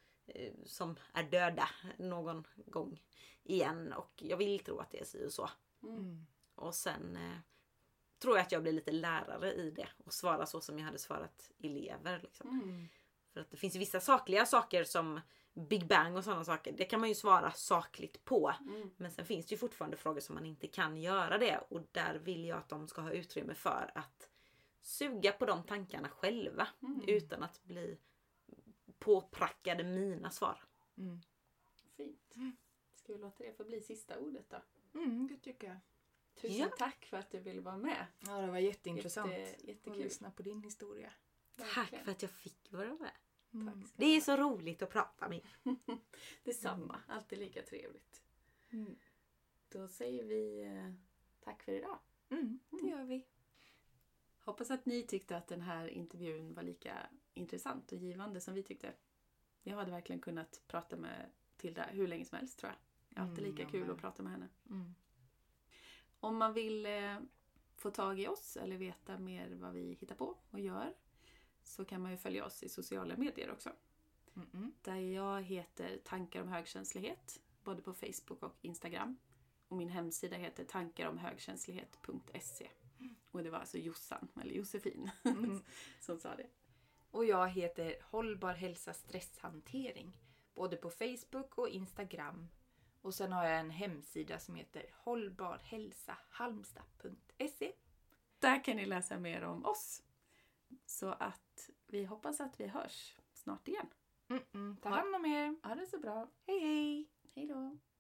som är döda någon gång igen, och jag vill tro att det är så och så. Mm. Och sen eh, tror jag att jag blir lite lärare i det och svarar så som jag hade svarat elever liksom. Mm. För att det finns vissa sakliga saker som Big Bang och sådana saker, det kan man ju svara sakligt på. Mm. Men sen finns det ju fortfarande frågor som man inte kan göra det, och där vill jag att de ska ha utrymme för att suga på de tankarna själva mm. utan att bli påprackade mina svar. Mm. Fint. Mm. Ska vi låta det få bli sista ordet då? Mm, det tycker jag. Tusen ja. tack för att du ville vara med. Ja, det var jätteintressant. Jätte, jättekul. Att lyssna på din historia. Tack Verkligen. för att jag fick vara med. Mm. Det är så roligt att prata med er. Detsamma. Mm. Alltid lika trevligt. Mm. Då säger vi eh, tack för idag. Mm, det gör vi. Hoppas att ni tyckte att den här intervjun var lika intressant och givande som vi tyckte. Jag hade verkligen kunnat prata med Tilda hur länge som helst, tror jag. Det är alltid lika mm, kul att prata med henne. Mm. Om man vill eh, få tag i oss eller veta mer vad vi hittar på och gör, så kan man ju följa oss i sociala medier också. Mm-mm. Där jag heter Tankar om högkänslighet, både på Facebook och Instagram. Och min hemsida heter tankaromhögkänslighet punkt se. Mm. Och det var alltså Jossan, eller Josefin, mm. som sa det. Och jag heter Hållbar hälsa stresshantering, både på Facebook och Instagram. Och sen har jag en hemsida som heter hållbarhälsahalmstad punkt se. Där kan ni läsa mer om oss. Så att vi hoppas att vi hörs snart igen. Mm-mm. Ta hand om er. Ha det så bra. Hej hej. Hej då.